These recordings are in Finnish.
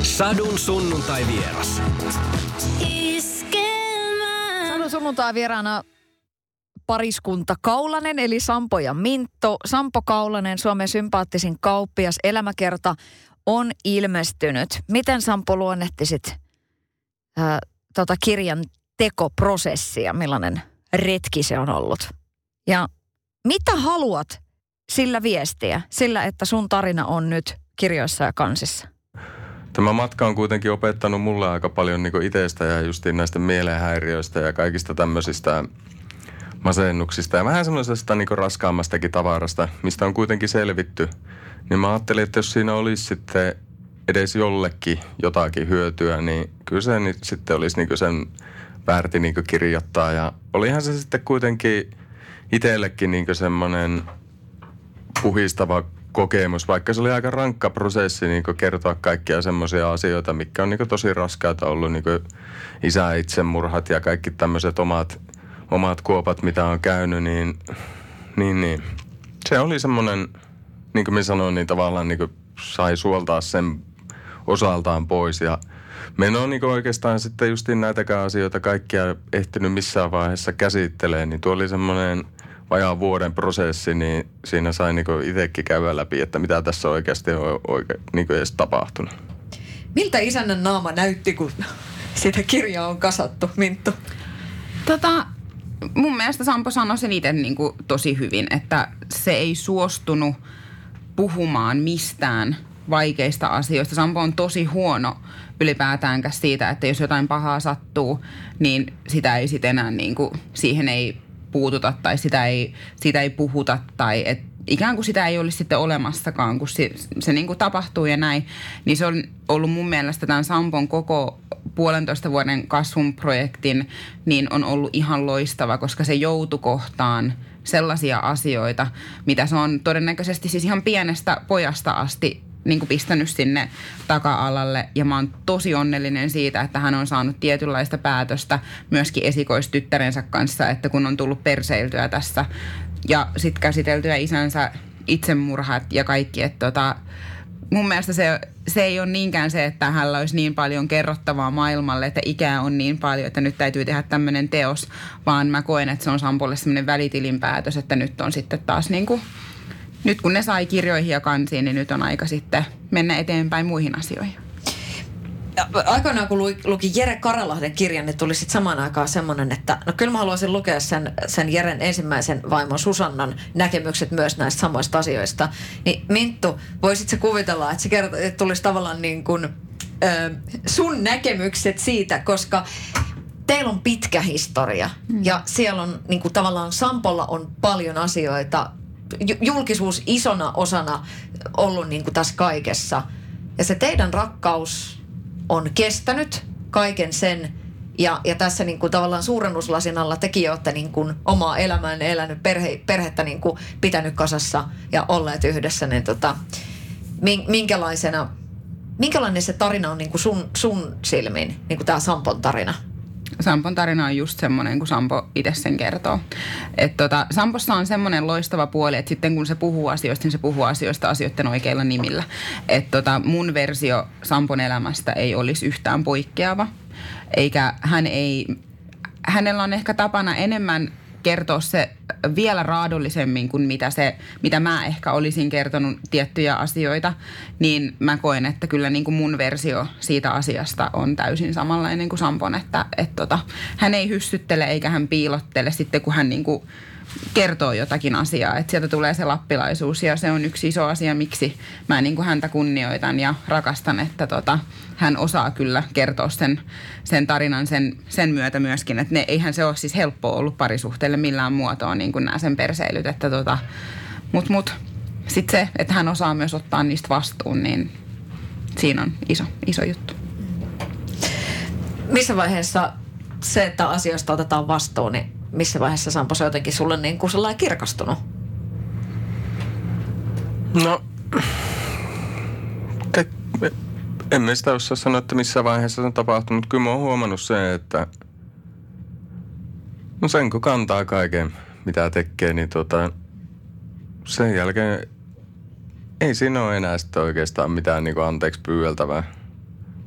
Sadun sunnuntai vieras. Sadun sunnuntai vieraana pariskunta Kaulanen, eli Sampo ja Minttu. Sampo Kaulanen, Suomen sympaattisin kauppias, elämäkerta on ilmestynyt. Miten, Sampo, luonnehtisit kirjan tekoprosessia? Millainen retki se on ollut? Ja mitä haluat sillä viestiä, sillä että sun tarina on nyt kirjoissa ja kansissa? Tämä matka on kuitenkin opettanut mulle aika paljon niin itsestä ja justiin näistä mielenhäiriöistä ja kaikista tämmöisistä masennuksista ja vähän semmoisesta niin raskaammastakin tavarasta, mistä on kuitenkin selvitty. Niin mä ajattelin, että jos siinä olisi sitten edes jollekin jotakin hyötyä, niin kyllä se nyt sitten olisi niin sen väärti niin kirjoittaa. Ja olihan se sitten kuitenkin itsellekin niin semmoinen puhistava kokemus, vaikka se oli aika rankka prosessi niin kertoa kaikkia semmoisia asioita, mitkä on niin tosi raskaita ollut, niin isäitsemurhat ja kaikki tämmöiset omat kuopat, mitä on käynyt, niin. Se oli semmoinen, niin kuin minä sanoin, niin tavallaan niin sai suoltaa sen osaltaan pois. Ja me en ole niin oikeastaan sitten justiin näitäkään asioita kaikkia ehtinyt missään vaiheessa käsittelemään, niin tuo oli semmoinen vajaan vuoden prosessi, niin siinä sai niin itsekin käydä läpi, että mitä tässä oikeasti on niin edes tapahtunut. Miltä isännän naama näytti, kun sitä kirjaa on kasattu, Minttu? Mun mielestä Sampo sanoi sen itse niin kuin tosi hyvin, että se ei suostunut puhumaan mistään vaikeista asioista. Sampo on tosi huono ylipäätäänkään siitä, että jos jotain pahaa sattuu, niin sitä ei sitten enää niin kuin, siihen ei puututa tai sitä ei puhuta tai ikään kuin sitä ei olisi sitten olemassakaan, kun se niin kuin tapahtuu ja näin. Niin se on ollut mun mielestä tämän Sampon koko 1,5 vuoden kasvun projektin, niin on ollut ihan loistava, koska se joutui kohtaan sellaisia asioita, mitä se on todennäköisesti siis ihan pienestä pojasta asti niin kuin pistänyt sinne taka-alalle. Ja mä oon tosi onnellinen siitä, että hän on saanut tietynlaista päätöstä myöskin esikoistyttärensä kanssa, että kun on tullut perseiltyä tässä ja sitten käsiteltyä isänsä itsemurhat ja kaikki, että mun mielestä se ei ole niinkään se, että hänellä olisi niin paljon kerrottavaa maailmalle, että ikää on niin paljon, että nyt täytyy tehdä tämmöinen teos, vaan mä koen, että se on Sampolle semmoinen välitilinpäätös, että nyt on sitten taas niin kuin, nyt kun ne sai kirjoihin ja kansiin, niin nyt on aika sitten mennä eteenpäin muihin asioihin. Aikoinaan kun luki Jere Karalahden kirjan, niin tuli sitten samaan aikaan semmoinen, että no kyllä mä haluaisin lukea sen Jeren ensimmäisen vaimon Susannan näkemykset myös näistä samoista asioista. Niin Minttu, voisit sä kuvitella, että se tulisi tavallaan niin kuin sun näkemykset siitä, koska teillä on pitkä historia ja siellä on niin kuin tavallaan Sampolla on paljon asioita, julkisuus isona osana ollut niin kuin tässä kaikessa ja se teidän rakkaus on kestänyt kaiken sen ja tässä niin kuin tavallaan suurennuslasin alla tekin olette niin kuin omaa elämänne elänyt, perhettä niin kuin pitänyt kasassa ja olleet yhdessä, niin minkälainen se tarina on niin kuin sun silmiin, niin kuin tämä Sampon tarina? Sampon tarina on just semmoinen, kun Sampo itse sen kertoo. Sampossa on semmoinen loistava puoli, että sitten kun se puhuu asioista, niin se puhuu asioista asioiden oikeilla nimillä. Mun versio Sampon elämästä ei olisi yhtään poikkeava, eikä hänellä on ehkä tapana enemmän kertoa se vielä raadollisemmin kuin mitä mä ehkä olisin kertonut tiettyjä asioita, niin mä koen, että kyllä niin kuin mun versio siitä asiasta on täysin samanlainen kuin Sampon, että hän ei hyssyttele eikä hän piilottele sitten, kun hän niin kuin kertoo jotakin asiaa, että sieltä tulee se lappilaisuus ja se on yksi iso asia, miksi mä niin kuin häntä kunnioitan ja rakastan, että hän osaa kyllä kertoa sen tarinan sen myötä myöskin, että eihän se ole siis helppoa ollut parisuhteelle millään muotoa niin kuin nämä sen perseilyt, että mut sitten se, että hän osaa myös ottaa niistä vastuun, niin siinä on iso juttu. Missä vaiheessa se, että asioista otetaan vastuun, niin missä vaiheessa Sampo se jotenkin sulle niin kuin sellainen kirkastunut? No, en sitä osaa sanoa, että missä vaiheessa se on tapahtunut, mutta kyllä mä oon huomannut sen, että no sen kun kantaa kaiken, mitä tekee, niin sen jälkeen ei siinä ole enää sitten oikeastaan mitään niin kuin anteeksi pyydeltävää.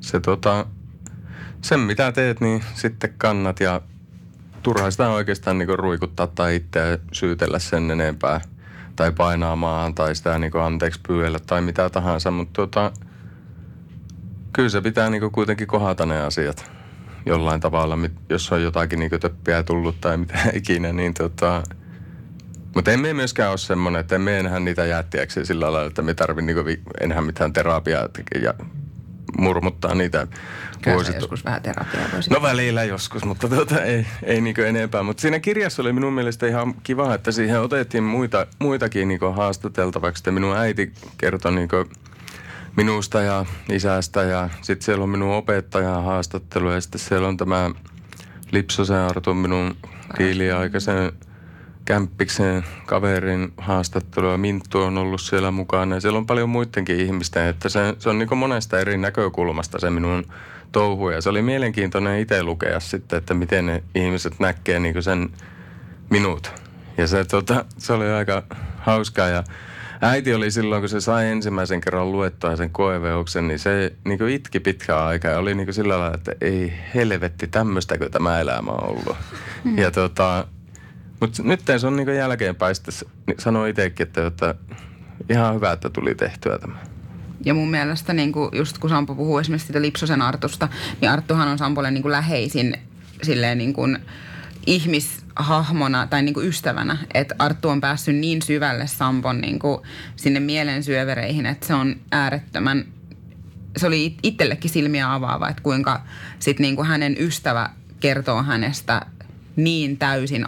sen mitä teet, niin sitten kannat ja turhaa sitä oikeastaan niin ruikuttaa tai itseä syytellä sen enempää tai painaa maahan tai sitä niin anteeksi pyydellä tai mitä tahansa, mutta kyllä se pitää niin kuitenkin kohdata ne asiat jollain tavalla, jos on jotakin niin töppiä tullut tai mitä ikinä, niin mutta emme myöskään ole semmoinen, että emme enää niitä jäättiäksi sillä lailla, että me tarvitse niin enää mitään terapiaa ja murmuttaa niitä. Kyllä joskus vähän terapiaa voisi. No välillä joskus, mutta ei niin enempää. Mutta siinä kirjassa oli minun mielestä ihan kiva, että siihen otettiin muitakin niin haastateltavaksi. Sitten minun äiti kertoi niin minusta ja isästä ja sitten siellä on minun opettajan haastattelu ja sitten siellä on tämä Lipsosen Artun minun kiiliaikaisen Kämppiksen kaverin haastattelu ja Minttu on ollut siellä mukana ja siellä on paljon muidenkin ihmisten, että se on niin monesta eri näkökulmasta se minun touhu ja se oli mielenkiintoinen itse lukea sitten, että miten ne ihmiset näkee niin sen minut ja se oli aika hauskaa ja äiti oli silloin, kun se sai ensimmäisen kerran luettua sen koeveoksen, niin se niin itki pitkään aikaa ja oli niin sillä lailla, että ei helvetti, tämmöistäkö tämä elämä on ollut. Ja mutta nyt se on niin jälkeenpäin sitten sanoi itsekin, että ihan hyvä, että tuli tehtyä tämä. Ja mun mielestä niin just kun Sampo puhuu esimerkiksi siitä Lipsosen Artusta, niin Arttuhan on Sampolle niin läheisin silleen niin kuin ihmishahmona tai niin kuin ystävänä, että Arttu on päässyt niin syvälle Sampon niin kuin sinne mielen syövereihin, että se on äärettömän, se oli itsellekin silmiä avaava, että kuinka sitten niin kuin hänen ystävä kertoo hänestä niin täysin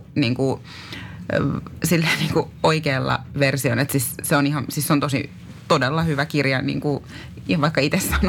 silleen niin kuin oikealla version, että siis se on ihan, siis se on todella hyvä kirja, niin kuin vaikka itse sanon.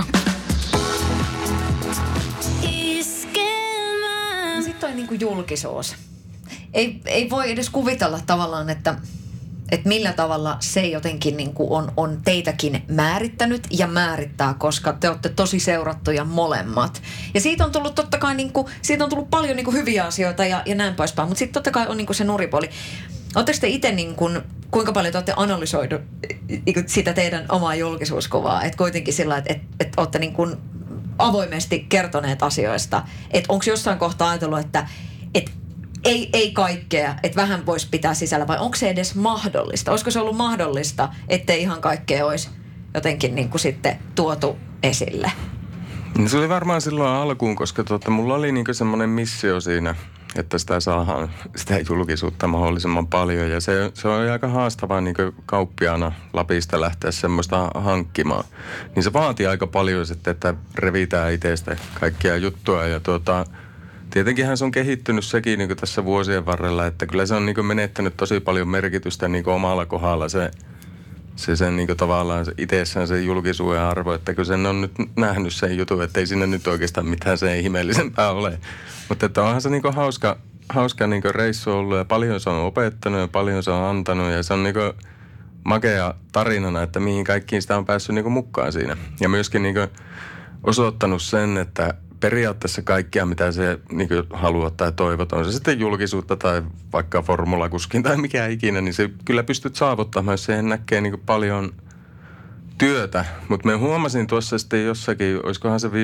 Sitten on niin kuin julkisuus. Ei voi edes kuvitella tavallaan, että millä tavalla se jotenkin niin kuin on teitäkin määrittänyt ja määrittää, koska te olette tosi seurattuja molemmat. Ja siitä on tullut totta kai siitä on tullut paljon hyviä asioita ja näin poispäin, mutta sitten totta kai on se nuripuoli. Oletteko te itse kuinka paljon te olette analysoidu sitä teidän omaa julkisuuskuvaa? Että kuitenkin sillä, että olette avoimesti kertoneet asioista. Että onko jossain kohtaa ajatellut, että ei kaikkea, että vähän voisi pitää sisällä, vai onko se edes mahdollista? Olisiko se ollut mahdollista, ettei ihan kaikkea olisi jotenkin sitten tuotu esille? No se oli varmaan silloin alkuun, koska mulla oli semmoinen missio siinä, että sitä saadaan sitä julkisuutta mahdollisimman paljon. Ja se on aika haastavaa kauppiaana Lapista lähteä semmoista hankkimaan. Niin se vaatii aika paljon sitten, että revitään itsestä kaikkia juttua ja tietenkinhän se on kehittynyt sekin tässä vuosien varrella, että kyllä se on menettänyt tosi paljon merkitystä omalla kohdalla se sen tavallaan itsessään se julkisuuden arvo, että kyllä sen on nyt nähnyt sen jutun, että ei sinne nyt oikeastaan mitään sen ihmeellisempää ole. Mutta että onhan se hauska reissu ollut ja paljon se on opettanut ja paljon se on antanut ja se on makea tarinana, että mihin kaikkiin sitä on päässyt mukaan siinä. Ja myöskin osoittanut sen, että periaatteessa kaikkea, mitä se haluaa tai toivot, on se sitten julkisuutta tai vaikka formulakuskin tai mikä ikinä, niin se kyllä pystyt saavuttamaan, jos siihen näkee paljon työtä. Mutta mä huomasin tuossa sitten jossakin, olisikohan se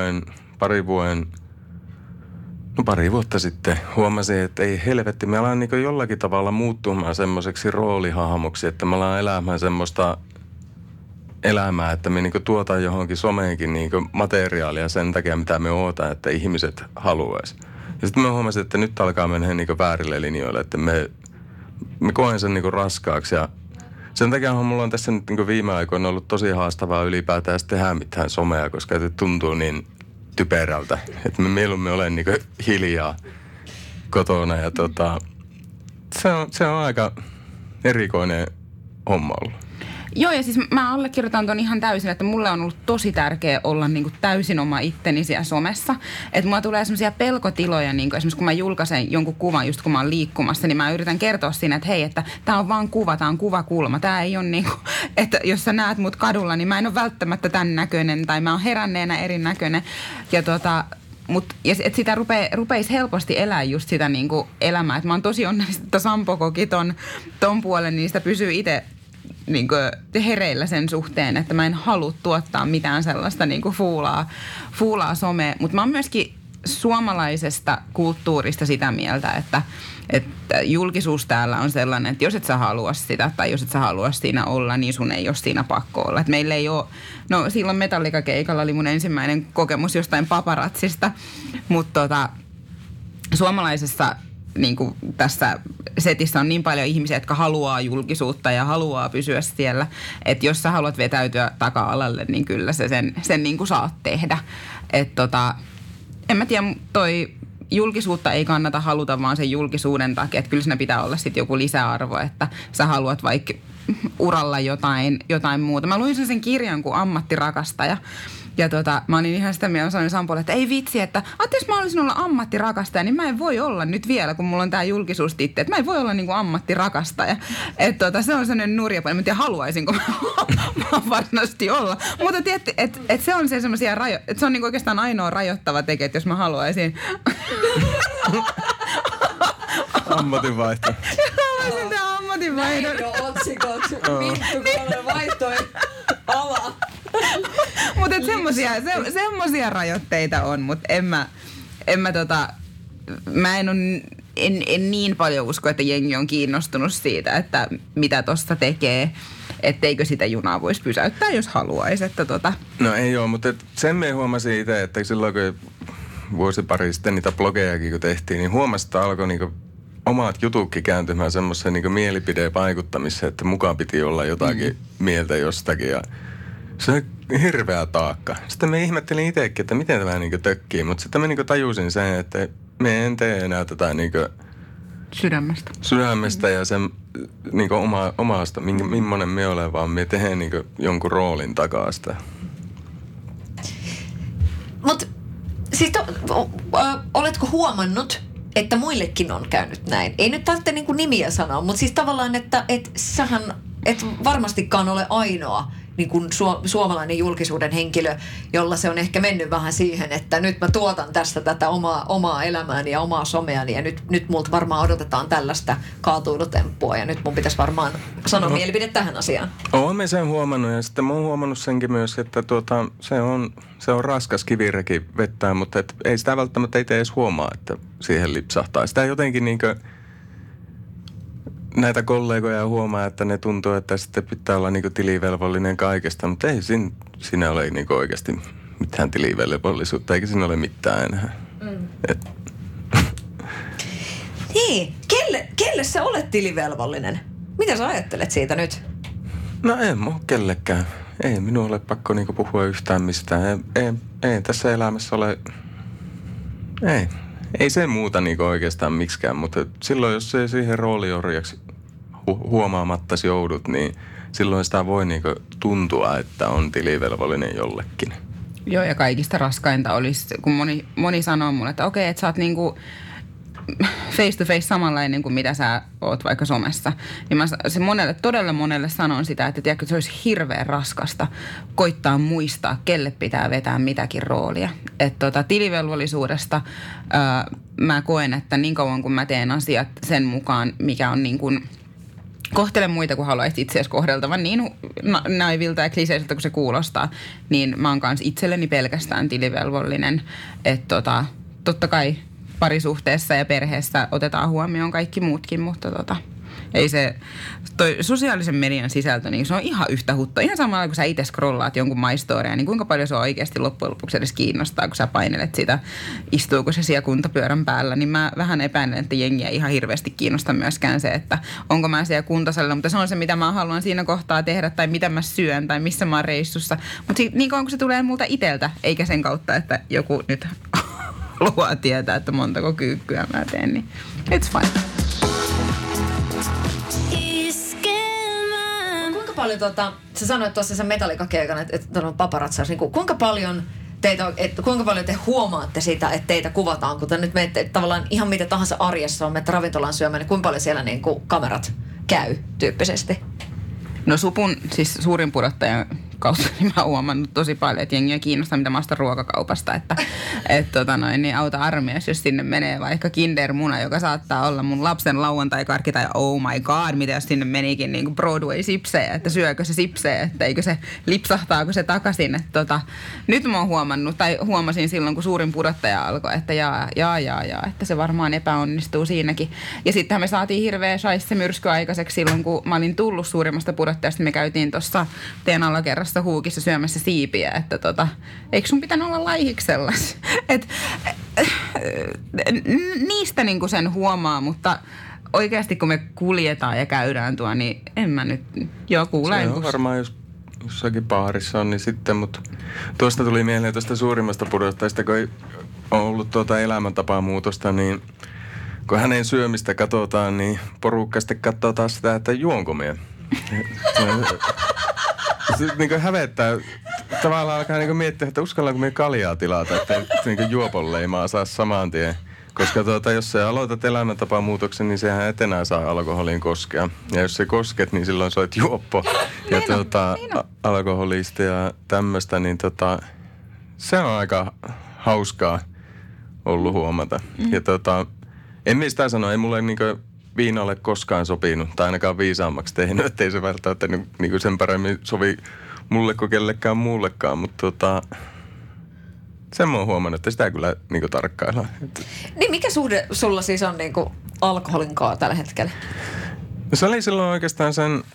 pari vuotta sitten huomasin, että ei helvetti, me alan jollakin tavalla muuttumaan semmoiseksi roolihahmoksi, että me ollaan elämään semmoista elämää, että me tuotaan johonkin someenkin materiaalia sen takia, mitä me ootaan, että ihmiset haluaisi. Ja sitten me huomasin, että nyt alkaa mennä väärille linjoille, että me koen sen raskaaksi. Ja sen takia mulla on tässä nyt viime aikoina ollut tosi haastavaa ylipäätään tehdä mitään somea, koska se tuntuu niin typerältä. Että me mieluummin olen hiljaa kotona ja se on aika erikoinen homma ollut. Joo, ja siis mä allekirjoitan ton ihan täysin, että mulle on ollut tosi tärkeä olla täysin oma itteni siellä somessa. Että mulla tulee semmoisia pelkotiloja, esimerkiksi kun mä julkaisen jonkun kuvan, just kun mä oon liikkumassa, niin mä yritän kertoa siinä, että hei, että tää on vaan kuva, tää on kuvakulma. Tää ei ole että jos sä näet mut kadulla, niin mä en ole välttämättä tän näköinen, tai mä oon heränneenä erinäköinen. Ja että sitä rupeisi helposti elää just sitä elämää. Että mä oon tosi onnellista, että Sampo koki ton puolen, niin sitä pysyy itse niin kuin hereillä sen suhteen, että mä en halua tuottaa mitään sellaista niin kuin fuulaa somea, mutta mä oon myöskin suomalaisesta kulttuurista sitä mieltä, että julkisuus täällä on sellainen, että jos et sä halua sitä tai jos et sä halua siinä olla, niin sun ei ole siinä pakko olla. Et meillä ei ole, no silloin Metallica-keikalla oli mun ensimmäinen kokemus jostain paparatsista, mutta suomalaisessa niin kuin tässä setissä on niin paljon ihmisiä, jotka haluaa julkisuutta ja haluaa pysyä siellä, että jos sä haluat vetäytyä taka-alalle, niin kyllä se sen niin kuin saat tehdä. Että en mä tiedä, toi julkisuutta ei kannata haluta vaan sen julkisuuden takia, että kyllä siinä pitää olla sitten joku lisäarvo, että sä haluat vaikka uralla jotain muuta. Mä luin sen kirjan kuin Ammattirakastaja. Ja mä olin ihan sitä mieltä, sanoin Sampolle, että ei vitsi, että jos mä olisin olla ammattirakastaja, niin mä en voi olla nyt vielä, kun mulla on tää julkisuustitte, että mä en voi olla niinku ammattirakastaja. Että se on sellainen nurjapuoli, mä en tiedä haluaisinko mä varsinaisesti olla. Mutta tiedätte, että se on se semmoisia että se on niinku oikeastaan ainoa rajoittava tekijä, että jos mä haluaisin. Ammatinvaihto. Haluaisin tää ammatinvaihto. Näin on otsikot. Vittu, kun vaihtoi ala. Mutta semmosia rajoitteita on, mutta mä en niin paljon usko, että jengi on kiinnostunut siitä, että mitä tosta tekee, etteikö sitä junaa voisi pysäyttää, jos haluaisi. No ei ole, mutta sen me huomasin itse, että silloin kun vuosi pari sitten niitä blogejakin kun tehtiin, niin huomasin, että alkoi niinku omat jututkin kääntymään semmoiseen niinku mielipidevaikuttamiseen, että mukaan piti olla jotakin mieltä jostakin ja se on hirveä taakka. Sitten me ihmettelin itsekin, että miten tämä niinku tökkii, mutta sitten mä niinku tajusin sen, että me en tee enää tätä niinku sydämestä ja sen niinku omasta, millainen me olen, vaan me tehdään niinku jonkun roolin takaa sitä. Mutta siis oletko huomannut, että muillekin on käynyt näin? Ei nyt tarvitse niinku nimiä sanoa, mutta siis tavallaan, että sähän et varmastikaan ole ainoa niin kuin suomalainen julkisuuden henkilö, jolla se on ehkä mennyt vähän siihen, että nyt mä tuotan tästä tätä omaa elämääni ja omaa someani ja nyt multa varmaan odotetaan tällaista kaatuilutemppua ja nyt mun pitäisi varmaan sanoa mielipide tähän asiaan. Olen sen huomannut ja sitten mä oon huomannut senkin myös, että se on raskas kivireki vettää, mutta ei sitä välttämättä itse edes huomaa, että siihen lipsahtaa. Sitä jotenkin niinkö näitä kollegoja huomaa, että ne tuntuu, että sitten pitää olla niinku tilivelvollinen kaikesta, mutta ei siinä ole niinku oikeasti mitään tilivelvollisuutta, eikä siinä ole mitään enää. Niin, kelle sä olet tilivelvollinen? Mitä sä ajattelet siitä nyt? No en mä kellekään. Ei minun ole pakko niinku puhua yhtään mistään. Ei tässä elämässä ole. Ei se muuta niinku oikeastaan miksikään, mutta silloin jos se siihen rooliorjaksi huomaamatta joudut, niin silloin sitä voi niinku tuntua, että on tilivelvollinen jollekin. Joo, ja kaikista raskainta olisi, kun moni sanoo mulle, että okei, että sä oot niinku face to face samanlainen kuin mitä sä oot vaikka somessa. Niin mä todella monelle sanon sitä, että tiedätkö, se olisi hirveän raskasta koittaa muistaa, kelle pitää vetää mitäkin roolia. Että tilivelvollisuudesta mä koen, että niin kauan kun mä teen asiat sen mukaan, mikä on niin kuin kohtele muita, kun haluaisit itseäsi kohdeltavan niin naivilta ja kliseiseltä kuin se kuulostaa, niin mä oon kanssa itselleni pelkästään tilivelvollinen. Että totta kai parisuhteessa ja perheessä otetaan huomioon kaikki muutkin, mutta ei se, toi sosiaalisen median sisältö, niin se on ihan yhtä huttua. Ihan samalla, kun sä itse scrollaat jonkun maistoria, niin kuinka paljon se oikeasti loppujen lopuksi edes kiinnostaa, kun sä painelet sitä, istuuko se siellä kuntapyörän päällä, niin mä vähän epäilen, että jengiä ihan hirveästi kiinnostaa myöskään se, että onko mä siellä kuntosalilla, mutta se on se, mitä mä haluan siinä kohtaa tehdä, tai mitä mä syön, tai missä mä oon reissussa. Mutta niin kauan, kun se tulee multa iteltä, eikä sen kautta, että joku nyt haluaa tietää, että montako kyykkyä mä teen, niin it's fine. Kuinka paljon sä sanoit tuossa sen Metallica-keikan, että on paparazzaus, niin kuinka paljon te huomaatte sitä, että teitä kuvataan, kun te nyt menette tavallaan ihan mitä tahansa arjessa on, että ravintolaan syömään, niin kuinka paljon siellä niin kuin kamerat käy tyyppisesti? No Supun siis suurin pudottaja kautta niin mä oon huomannut tosi paljon, että jengiä kiinnostaa, mitä mä ostan ruokakaupasta. Että niin auta armias, jos sinne menee vaikka Kindermuna, joka saattaa olla mun lapsen lauantai-karkki, tai oh my god, mitä jos sinne menikin niin kuin Broadway-sipsejä, että syökö se sipsejä, että eikö se lipsahtaako se takaisin. Että nyt mä oon huomannut, tai huomasin silloin, kun suurin pudottaja alkoi, että jaa, että se varmaan epäonnistuu siinäkin. Ja sittenhän me saatiin hirveä shaisse-myrsky aikaiseksi silloin, kun mä olin tullut suurimmasta pudottajasta. Me käytiin tuossa teidän alakerrassa Huukissa syömässä siipiä, että eikö sun pitänyt olla laihiksellas? Niistä niinku sen huomaa, mutta oikeasti kun me kuljetaan ja käydään tuo, niin en mä nyt joku se on varmaan, jos jossakin baarissa on, niin sitten, mutta tuosta tuli mieleen tuosta suurimmasta pudottajasta, kun on ollut elämäntapamuutosta, niin kun hänen syömistä katsotaan, niin porukka sitten katsoo taas sitä, että juonko me. Se niin hävettää. Tavallaan alkaa niin miettiä, että uskallaanko me kaljaa tilata, että niin juoponleimaa saa saman tien. Koska jos sä aloitat elämäntapamuutoksen, niin sehän et enää saa alkoholiin koskea. Ja jos sä kosket, niin silloin sä oot juoppo ja alkoholista ja tämmöistä, niin se on aika hauskaa ollut huomata. Ja en mistään sano, ei mulle viina ole koskaan sopinut, tai ainakaan viisaammaksi tehnyt, ettei se välttämättä sen paremmin sovi mulle kuin kellekään muullekaan, mutta sen mä oon huomannut, että sitä kyllä tarkkaillaan. Niin mikä suhde sulla siis on alkoholinkaan tällä hetkellä? No se oli silloin oikeastaan sen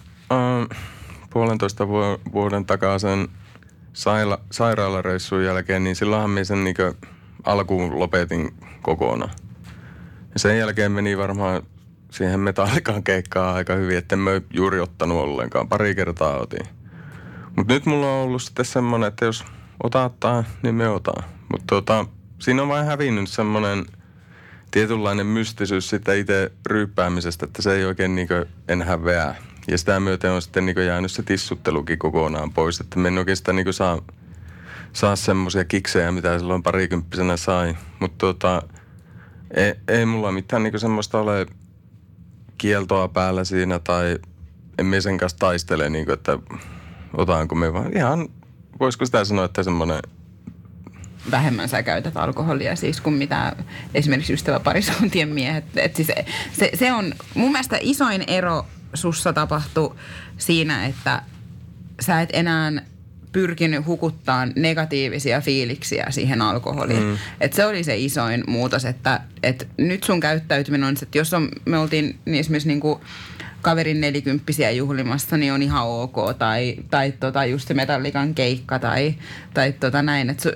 1,5 vuoden takaa sen sairaalareissun jälkeen, niin silloinhan minä sen alkuun lopetin kokonaan. Ja sen jälkeen meni varmaan siihen Metallican keikkaan aika hyvin, että en mä juuri ottanut ollenkaan. Pari kertaa otin. Mutta nyt mulla on ollut sitten semmoinen, että jos ottaa, niin me otan. Mutta siinä on vain hävinnyt semmoinen tietynlainen mystisyys sitä itse ryyppäämisestä, että se ei oikein enää veä. Ja sitä myöten on sitten jäänyt se tissuttelukin kokonaan pois, että me en oikein sitä saa semmoisia kiksejä, mitä silloin parikymppisenä sai. Mutta ei mulla mitään semmoista ole kieltoa päällä siinä tai emme sen kanssa taistele, että otanko me vaan ihan, voisiko sitä sanoa, että semmoinen vähemmän sä käytät alkoholia siis kuin mitä esimerkiksi ystäväparisuuntien miehet. Siis se on mun mielestä isoin ero sussa tapahtui siinä, että sä et enää pyrkinyt hukuttaa negatiivisia fiiliksiä siihen alkoholiin. Et se oli se isoin muutos, että nyt sun käyttäytyminen on se, että jos me oltiin niin esimerkiksi kaverin 40 juhlimassa, niin on ihan ok. Tai just se Metallican keikka tai näin. Että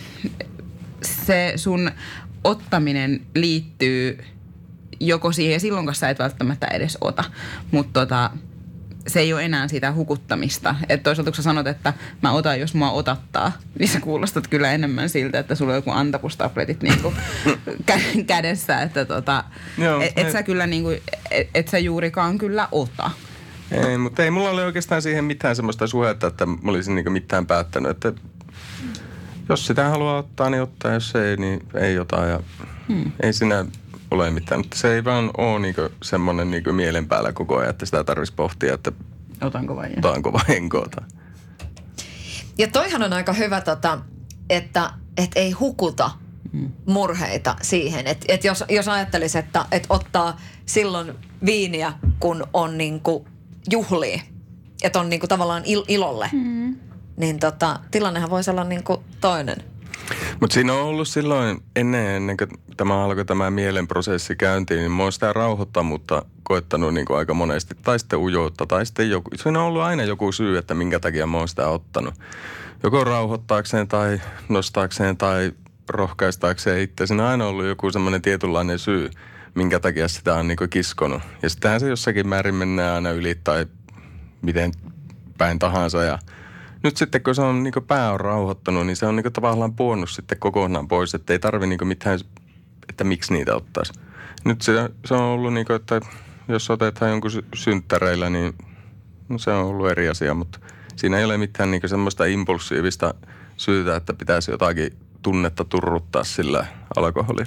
se sun ottaminen liittyy joko siihen, ja silloin sä et välttämättä edes ota. Mutta se ei ole enää sitä hukuttamista. Että toisaalta kun sä sanot, että mä otan, jos mua otattaa, niin sä kuulostat kyllä enemmän siltä, että sulla on joku antapustabletit kädessä. Että et sä kyllä et sä juurikaan kyllä ota. Ei, mutta ei mulla ole oikeastaan siihen mitään semmoista suhetta, että mä olisin mitään päättänyt, että jos sitä haluaa ottaa, niin ottaa, jos ei, niin ei ota ja ei siinä ole mitään. Mutta se ei vaan ole semmoinen mielen päällä koko ajan, että sitä tarvitsisi pohtia, että otanko vai enko ota. Ja toihan on aika hyvä, että ei hukuta murheita siihen. Että jos ajattelisi, että ottaa silloin viiniä, kun on juhlia, että on tavallaan ilolle, niin tilannehan voisi olla toinen. Mutta siinä on ollut silloin ennen kuin tämä alkoi tämä mielenprosessi käyntiin, niin mä oon sitä rauhoittamuutta koettanut aika monesti. Tai sitten ujoutta, tai sitten joku. Siinä on ollut aina joku syy, että minkä takia mä oon sitä ottanut. Joko rauhoittaakseen tai nostaakseen tai rohkaistaakseen itse. Siinä on aina ollut joku semmoinen tietynlainen syy, minkä takia sitä on kiskonut. Ja sittenhän se jossakin määrin mennään aina yli tai miten päin tahansa ja nyt sitten, kun se on pää on rauhoittanut, niin se on tavallaan puonnut sitten kokonaan pois, että ei tarvi mitään, että miksi niitä ottaisi. Nyt se on ollut että jos otetaan jonkun synttäreillä, niin no se on ollut eri asia, mutta siinä ei ole mitään semmoista impulsiivista syytä, että pitäisi jotakin tunnetta turruttaa sillä alkoholilla.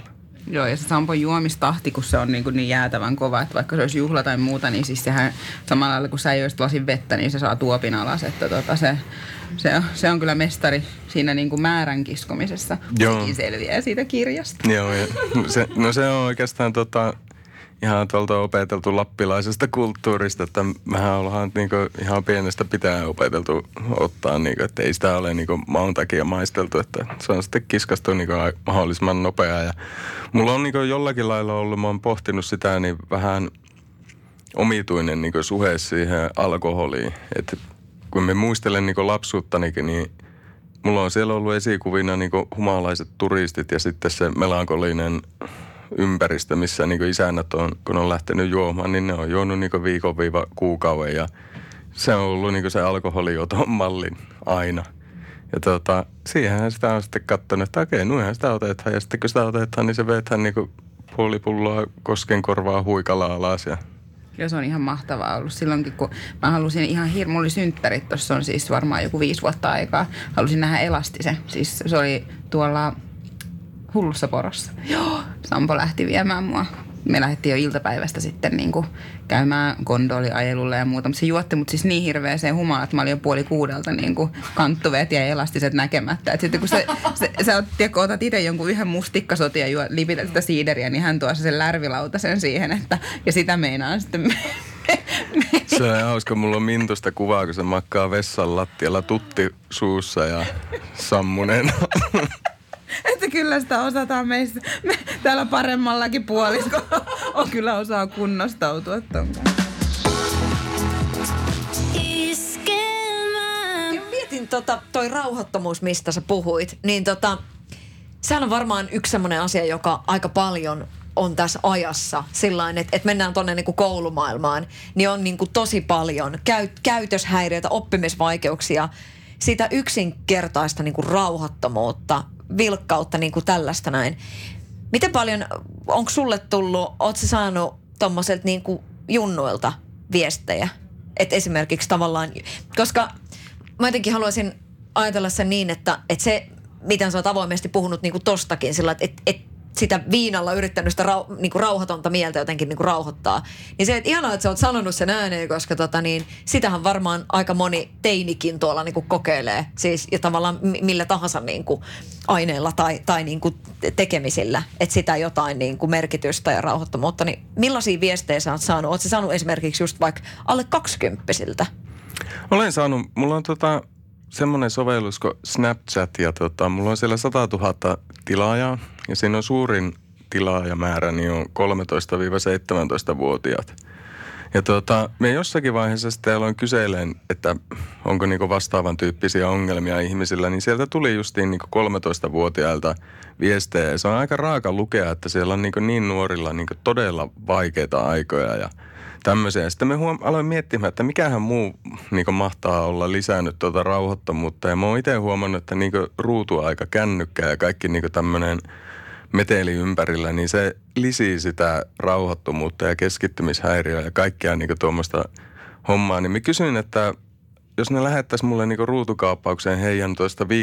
Joo, ja se Sampon juomistahti, kun se on niin jäätävän kova, että vaikka se olisi juhla tai muuta, niin siis sehän samalla lailla, kun sä joisit lasin vettä, niin se saa tuopin alas, että se on kyllä mestari siinä niin kuin määrän kiskomisessa. Sekin selviää siitä kirjasta. Joo, ja se on oikeastaan ihan tuolta opeteltu lappilaisesta kulttuurista, että mehän ollaan niinku ihan pienestä pitäen opeteltu ottaa, niinku, että ei sitä ole niinku maun takia maisteltu, että se on sitten kiskastu niinku mahdollisimman nopeaa. Ja mulla on niinku jollakin lailla ollut, mä oon pohtinut sitä, niin vähän omituinen niinku suhe siihen alkoholiin. Että kun me muistelen niinku lapsuuttanikin, niin mulla on siellä ollut esikuvina niinku humalaiset turistit ja sitten se melankolinen ympäristö, missä niinku isännät on, kun on lähtenyt juomaan, niin ne on juonut niinku viikon-kuukauden ja se on ollut niinku se alkoholioton mallin aina. Ja siihenhän sitä on sitten katsonut, että okei, nuihan sitä otetaan ja sitten kun sitä otetaan, niin se vetään niinku puoli pulloa koskenkorvaa huikalla alas ja se on ihan mahtavaa ollut silloinkin, kun mä halusin ihan mulla oli synttärit, tuossa on siis varmaan joku 5 vuotta aikaa. Halusin nähdä Elastisen, siis se oli tuolla Hullussa Porossa. Joo, Sampo lähti viemään mua. Me lähdettiin jo iltapäivästä sitten niin kuin käymään gondoliajelulla ja muuta, mutta se juotti mut siis niin hirveeseen humalaan, että mä olin jo 5:30 niin kuin kanttuveet ja elastiset näkemättä. Et sitten kun otat itse jonkun yhden mustikkasotin ja lipität sitä siideriä, niin hän tuo sen lärvilautasen siihen, ja sitä meinaan sitten Se on hauska, mulla on Mintusta kuvaa, kun se makkaa vessan lattialla tutti suussa ja sammunen. Että kyllä sitä osataan me täällä paremmallakin puolisko on kyllä osaa kunnostautua tuonkaan. Mietin toi rauhattomuus, mistä sä puhuit, niin sehän on varmaan yksi semmoinen asia, joka aika paljon on tässä ajassa sillain, että mennään tuonne niinku koulumaailmaan, niin on niinku tosi paljon käytöshäiriöitä, oppimisvaikeuksia, sitä yksinkertaista niinku rauhattomuutta, vilkkautta, niin kuin tällaista näin. Miten paljon, onko sulle tullut, ootko sä saanut tommoselta niin kuin junnuilta viestejä? Että esimerkiksi tavallaan, koska mä jotenkin haluaisin ajatella sen niin, että se, miten sä oot avoimesti puhunut niin kuin tostakin, sillä että sitä viinalla yrittänyt sitä niinku rauhatonta mieltä jotenkin niinku rauhoittaa. Niin se, että ihanaa, että sä oot sanonut sen ääneen, koska sitähän varmaan aika moni teinikin tuolla niinku kokeilee. Siis ja tavallaan millä tahansa niinku aineella tai niinku tekemisillä. Että sitä jotain niinku merkitystä ja rauhoittomuutta. Niin millaisia viestejä sä oot saanut? Oot sä saanut esimerkiksi just vaikka alle 20-vuotiailta? Olen saanut. Mulla on semmoinen sovellus kuin Snapchat ja mulla on siellä 100 000 tilaajaa ja siinä on suurin tilaajamäärä niin on 13-17-vuotiaat. Ja me jossakin vaiheessa sitten aloin kyseleen, että onko niinku vastaavan tyyppisiä ongelmia ihmisillä, niin sieltä tuli justiin niinku 13-vuotiailta viestejä ja se on aika raaka lukea, että siellä on niin nuorilla niinku todella vaikeita aikoja ja tämmöisiä. Sitten me aloin miettimään, että mikähän muu niinku mahtaa olla lisännyt rauhattomuutta. Ja mä oon itse huomannut, että niinku ruutuaika, kännykkä ja kaikki niinku tämmöinen meteli ympärillä, niin se lisii sitä rauhattomuutta ja keskittymishäiriöä ja kaikkea niinku tuommoista hommaa. Niin mä kysyin, että jos ne lähettäisi mulle niinku ruutukaappaukseen heidän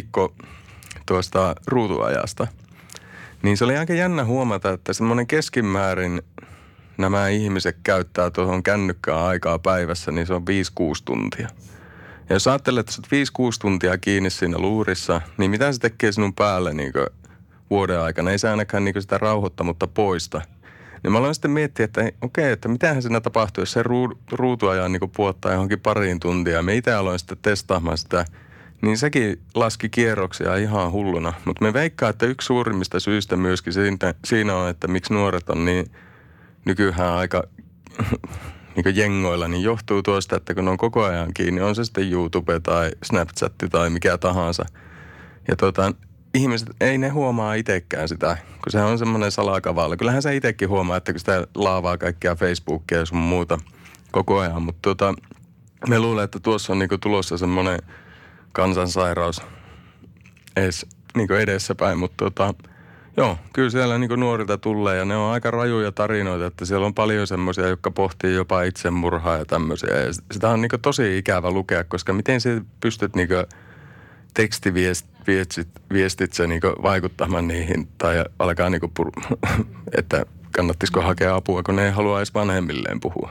tuosta ruutuajasta, niin se oli aika jännä huomata, että semmoinen keskimäärin nämä ihmiset käyttää tuohon kännykkään aikaa päivässä, niin se on 5-6 tuntia. Ja jos ajattelet, että sä oot 5-6 tuntia kiinni siinä luurissa, niin mitä se tekee sinun päälle niin vuoden aikana? Ei se ainakaan niin sitä rauhoittamutta poista. Niin mä aloin sitten miettiä, että okei, että mitähän siinä tapahtuu, jos se ruutuajan niin puottaa johonkin pariin tuntia. Me itse aloin sitten testaamaan sitä, niin sekin laski kierroksia ihan hulluna. Mutta me veikkaa, että yksi suurimmista syistä myöskin siinä on, että miksi nuoret on niin nykyään aika niin jengoilla, niin johtuu tuosta, että kun on koko ajan kiinni, on se sitten YouTube tai Snapchat tai mikä tahansa. Ja ihmiset, ei ne huomaa itsekään sitä, kun se on semmoinen salakavaalla. Kyllähän se itsekin huomaa, että kun sitä laavaa kaikkia Facebookia ja sun muuta koko ajan. Mutta me luulen, että tuossa on niinku tulossa semmoinen kansansairaus edes niinku edessäpäin, mutta joo, kyllä siellä niinku nuorilta tulee ja ne on aika rajuja tarinoita, että siellä on paljon semmoisia, jotka pohtii jopa itsemurhaa ja tämmöisiä. Ja sitä on niinku tosi ikävä lukea, koska miten sä pystyt niinku viestit se niinku vaikuttamaan niihin tai alkaa niinku että kannattisiko hakea apua, kun ne ei halua edes vanhemmilleen puhua.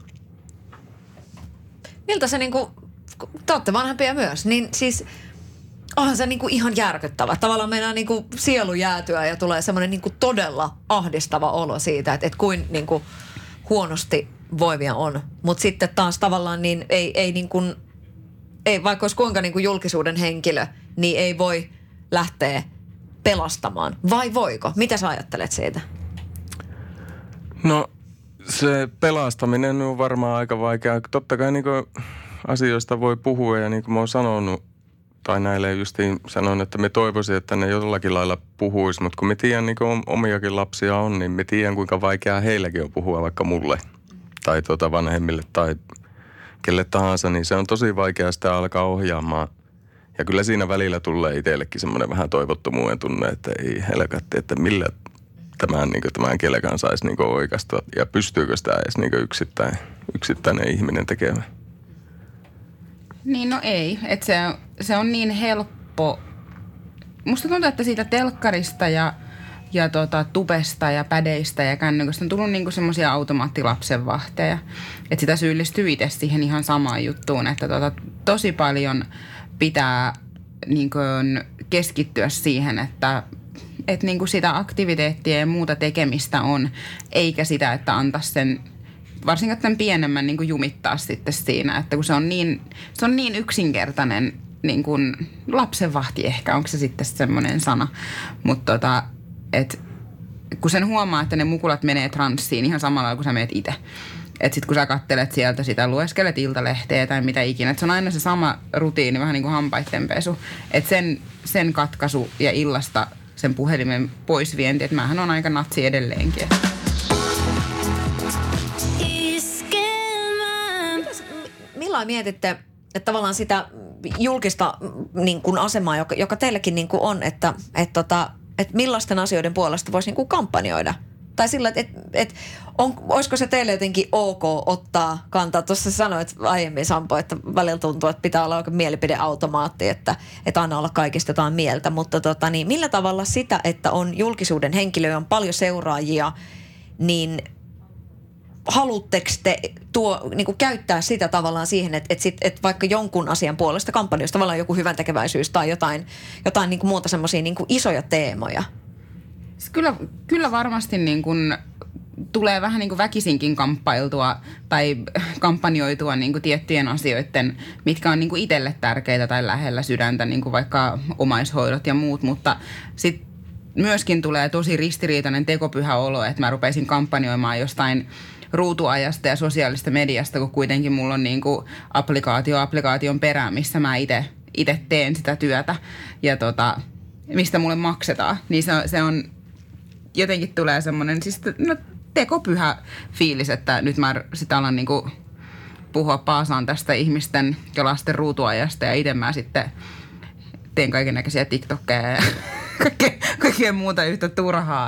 Miltä se niinku, te olette vanhempia myös, niin siis onhan se niinku ihan järkyttävä. Tavallaan meinaa niinku sielu jäätyä ja tulee semmoinen niinku todella ahdistava olo siitä, että kuin niinku huonosti voivia on. Mutta sitten taas tavallaan niin ei vaikka olisi kuinka niinku julkisuuden henkilö, niin ei voi lähteä pelastamaan. Vai voiko? Mitä sä ajattelet siitä? No se pelastaminen on varmaan aika vaikeaa. Totta kai niinku asioista voi puhua ja niin kuin mä oon sanonut, tai näille justiin sanoin, että me toivoisin, että ne jollakin lailla puhuisi, mutta kun me tiedän, niin kuin omiakin lapsia on, niin me tiedän, kuinka vaikeaa heilläkin on puhua vaikka mulle tai vanhemmille tai kelle tahansa, niin se on tosi vaikeaa sitä alkaa ohjaamaan. Ja kyllä siinä välillä tulee itsellekin semmoinen vähän toivottomuuden tunne, että ei helkatti, että millä tämän kelekään saisi niin oikeastaan ja pystyykö sitä edes niin yksittäinen ihminen tekemään. Niin no ei, että se on niin helppo. Musta tuntuu, että siitä telkkarista ja tubesta ja pädeistä ja kännyköstä on tullut niinku semmoisia automaattilapsenvahteja. Että sitä syyllistyy itse siihen ihan samaan juttuun, että tosi paljon pitää niinku keskittyä siihen, että niinku sitä aktiviteettia ja muuta tekemistä on, eikä sitä, että antaisi sen varsinkin tämän pienemmän niin kuin jumittaa sitten siinä, että kun se on niin yksinkertainen niin kuin lapsenvahti ehkä, onko se sitten semmoinen sana, mutta että kun sen huomaa, että ne mukulat menee transsiin ihan samalla kuin sä meet itse. Että sitten kun sä kattelet sieltä sitä, lueskelet iltalehteä tai mitä ikinä, että se on aina se sama rutiini, vähän niin kuin hampaittenpesu. Että sen katkaisu ja illasta sen puhelimen poisvienti, että mähän on aika natsi edelleenkin. Milloin mietitte, että tavallaan sitä julkista niin kuin asemaa, joka teilläkin niin kuin on, että millaisten asioiden puolesta voisi niin kuin kampanjoida? Tai sillä, että olisiko se teille jotenkin ok ottaa kantaa? Tuossa sanoit aiemmin, Sampo, että välillä tuntuu, että pitää olla oikein mielipideautomaatti, että aina olla kaikista jotain mieltä. Mutta niin millä tavalla sitä, että on julkisuuden henkilöä, on paljon seuraajia, niin haluatteko te niin kuin käyttää sitä tavallaan siihen, että vaikka jonkun asian puolesta kampanjoista tavallaan joku hyväntekeväisyys tai jotain niin kuin muuta semmoisia niin kuin isoja teemoja? Kyllä varmasti niin kuin tulee vähän niin kuin väkisinkin kamppailtua tai kampanjoitua niin kuin tiettyjen asioiden, mitkä on niin kuin itselle tärkeitä tai lähellä sydäntä, niin kuin vaikka omaishoidot ja muut, mutta sitten myöskin tulee tosi ristiriitainen tekopyhä olo, että mä rupeisin kampanjoimaan jostain ruutuajasta ja sosiaalista mediasta, kun kuitenkin mulla on niin kuin applikaation perään, missä mä itse teen sitä työtä ja mistä mulle maksetaan. Niin se on, jotenkin tulee semmoinen siis tekopyhä fiilis, että nyt mä sitä alan niin kuin puhua paasaan tästä ihmisten ja lasten ruutuajasta ja itse mä sitten teen kaikennäköisiä TikTokkeja ja kaikkea muuta yhtä turhaa.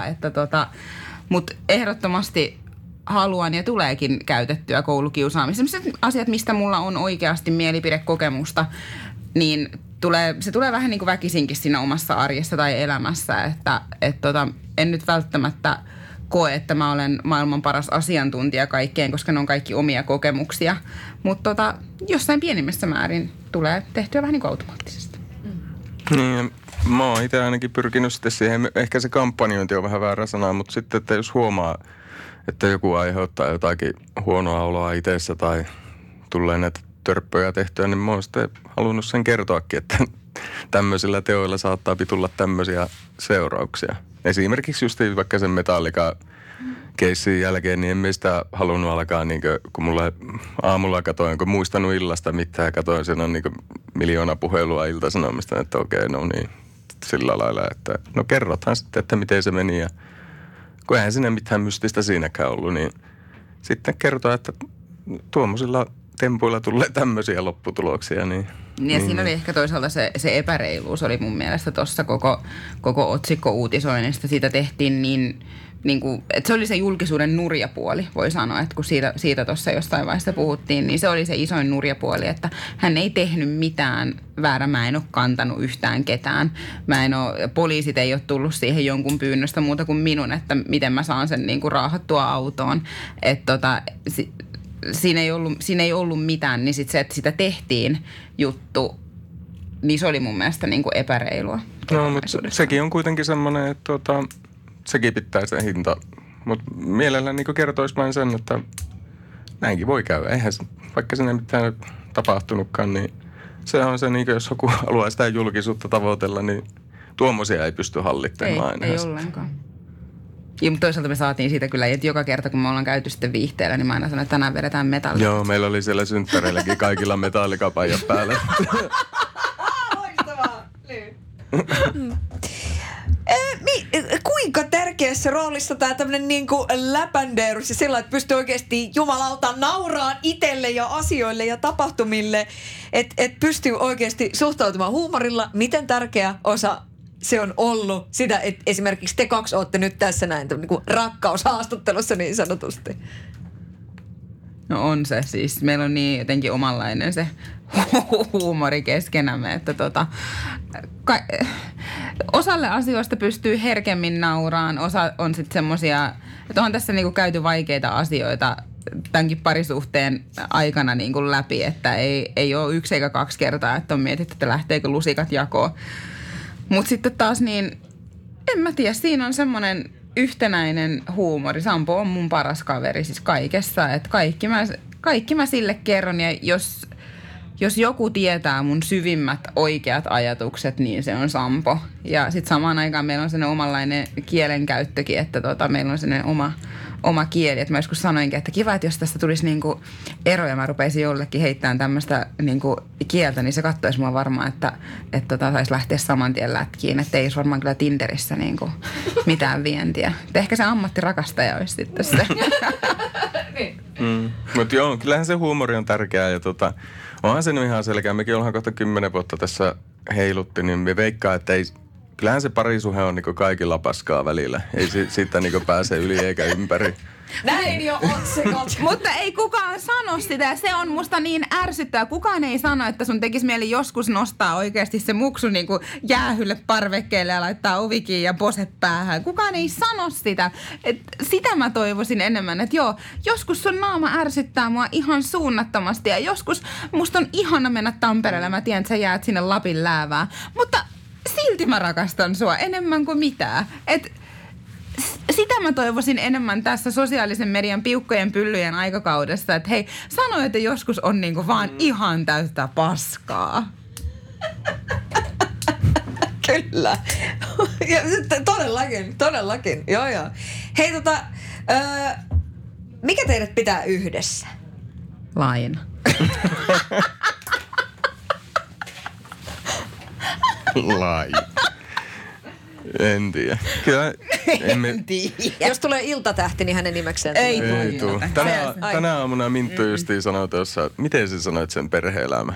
Mutta ehdottomasti haluan ja tuleekin käytettyä koulukiusaamista. Sellaiset asiat, mistä mulla on oikeasti mielipidekokemusta, niin se tulee vähän niin kuin väkisinkin siinä omassa arjessa tai elämässä, että en nyt välttämättä koe, että mä olen maailman paras asiantuntija kaikkeen, koska ne on kaikki omia kokemuksia, mutta jossain pienimmässä määrin tulee tehtyä vähän niin kuin automaattisesti. Niin, mä oon itse ainakin pyrkinyt sitten siihen, ehkä se kampanjointi on vähän väärä sana, mutta sitten, että jos huomaa, että joku aiheuttaa jotakin huonoa oloa itsessä tai tulee näitä törppöjä tehtyä, niin mä oon sitten halunnut sen kertoakin, että tämmöisillä teoilla saattaa tulla tämmöisiä seurauksia. Esimerkiksi just vaikka sen Metallica-keissin jälkeen, niin en mä sitä halunnut alkaa, niin kun mulla aamulla katoin, kun muistanut illasta mitään, katoin sen on niin 1,000,000 puhelua Ilta-Sanomista, että okei, no niin, sillä lailla, että no kerrothan sitten, että miten se meni ja kun eihän sinne mitään mystistä siinäkään ollut, niin sitten kertoo, että tuommoisilla tempuilla tulee tämmöisiä lopputuloksia. Niin siinä oli ehkä toisaalta se epäreiluus oli mun mielestä tuossa koko otsikko-uutisoinnista. Siitä tehtiin niin että se oli se julkisuuden nurjapuoli, voi sanoa, että kun siitä tuossa jostain vaiheessa puhuttiin, niin se oli se isoin nurjapuoli, että hän ei tehnyt mitään väärä, mä en ole kantanut yhtään ketään. Poliisit ei ole tullut siihen jonkun pyynnöstä muuta kuin minun, että miten mä saan sen niin kuin raahattua autoon. Että siinä ei ollut mitään, niin sit se, että sitä tehtiin juttu, niin se oli mun mielestä niin kuin epäreilua. No, mutta sekin on kuitenkin semmoinen, että sekin pitää sen hinta. Mutta mielellään niin kertoisi vain sen, että näinkin voi käydä. Eihän se, vaikka sinne mitään tapahtunutkaan, niin se on se, niin jos joku haluaa sitä julkisuutta tavoitella, niin tuommoisia ei pysty hallittamaan. Ei ollenkaan. Ja, mutta toisaalta me saatiin siitä kyllä, että joka kerta kun me ollaan käyty sitten viihteellä, niin mä aina sanon, että tänään vedetään metallia. Joo, meillä oli siellä synttäreilläkin kaikilla metallikapajat päällä. Loistavaa. Kuinka tärkeässä roolissa tämä tämmöinen niinku läpändeerus ja sillä, että pystyy oikeasti jumalauta nauraan itselle ja asioille ja tapahtumille, että pystyy oikeasti suhtautumaan huumorilla, miten tärkeä osa se on ollut sitä, että esimerkiksi te kaksi olette nyt tässä näin niin rakkaushaastattelussa niin sanotusti. No on se siis. Meillä on niin jotenkin omanlainen se huumori keskenämme, että osalle asioista pystyy herkemmin nauraan. Osa on sitten semmoisia, että on tässä niinku käyty vaikeita asioita tämänkin parisuhteen aikana niinku läpi, että ei ole 1 eikä 2 kertaa, että on mietitty, että lähteekö lusikat jakoon. Mutta sitten taas niin, en mä tiedä, siinä on semmoinen yhtenäinen huumori. Sampo on mun paras kaveri siis kaikessa, että kaikki mä sille kerron ja jos joku tietää mun syvimmät oikeat ajatukset, niin se on Sampo. Ja sitten samaan aikaan meillä on sellainen omanlainen kielenkäyttökin, että meillä on sellainen oma kieli. Että mä joskus sanoinkin, että kiva, että jos tästä tulisi niinku ero ja mä rupeisin jollekin heittämään tämmöistä niinku kieltä, niin se katsoisi mua varmaan, että saisi lähteä saman tien lätkiin. Että ei olisi varmaan kyllä Tinderissä niinku mitään vientiä. Et ehkä se ammattirakastaja olisi sitten se. Mutta joo, kyllähän se huumori on tärkeää ja onhan se nyt ihan selkeä. Mekin ollaan kohta 10 vuotta tässä heilutti, niin me veikkaa, että kyllähän se parisuhe on niinku kaikilla paskaa välillä. Ei siitä niinku pääse yli eikä ympäri. Näin jo otsikot. Mutta ei kukaan sano sitä. Se on musta niin ärsyttävää. Kukaan ei sano, että sun tekisi mieli joskus nostaa oikeasti se muksu niinku jäähylle parvekkeelle ja laittaa ovikin ja poset päähän. Kukaan ei sano sitä. Sitä mä toivoisin enemmän, että joo, joskus sun naama ärsyttää mua ihan suunnattomasti ja joskus musta on ihana mennä Tampereelle. Mä tiedän, että sä jäät sinne Lapin läävään. Mutta silti mä rakastan sua enemmän kuin mitään. Sitä mä toivoisin enemmän tässä sosiaalisen median piukkojen pyllyjen aikakaudessa, että hei, sano, että joskus on niinku vaan ihan täyttä paskaa. Kyllä. Ja, todellakin. Joo. Hei mikä teidät pitää yhdessä? Laina. Laina. En tiedä. Kyllä, Jos tulee iltatähti, niin hänen nimekseen Ei tulee. Tänä aamuna Minttu justiin sanoi tuossa, miten sä sanoit sen perhe-elämä?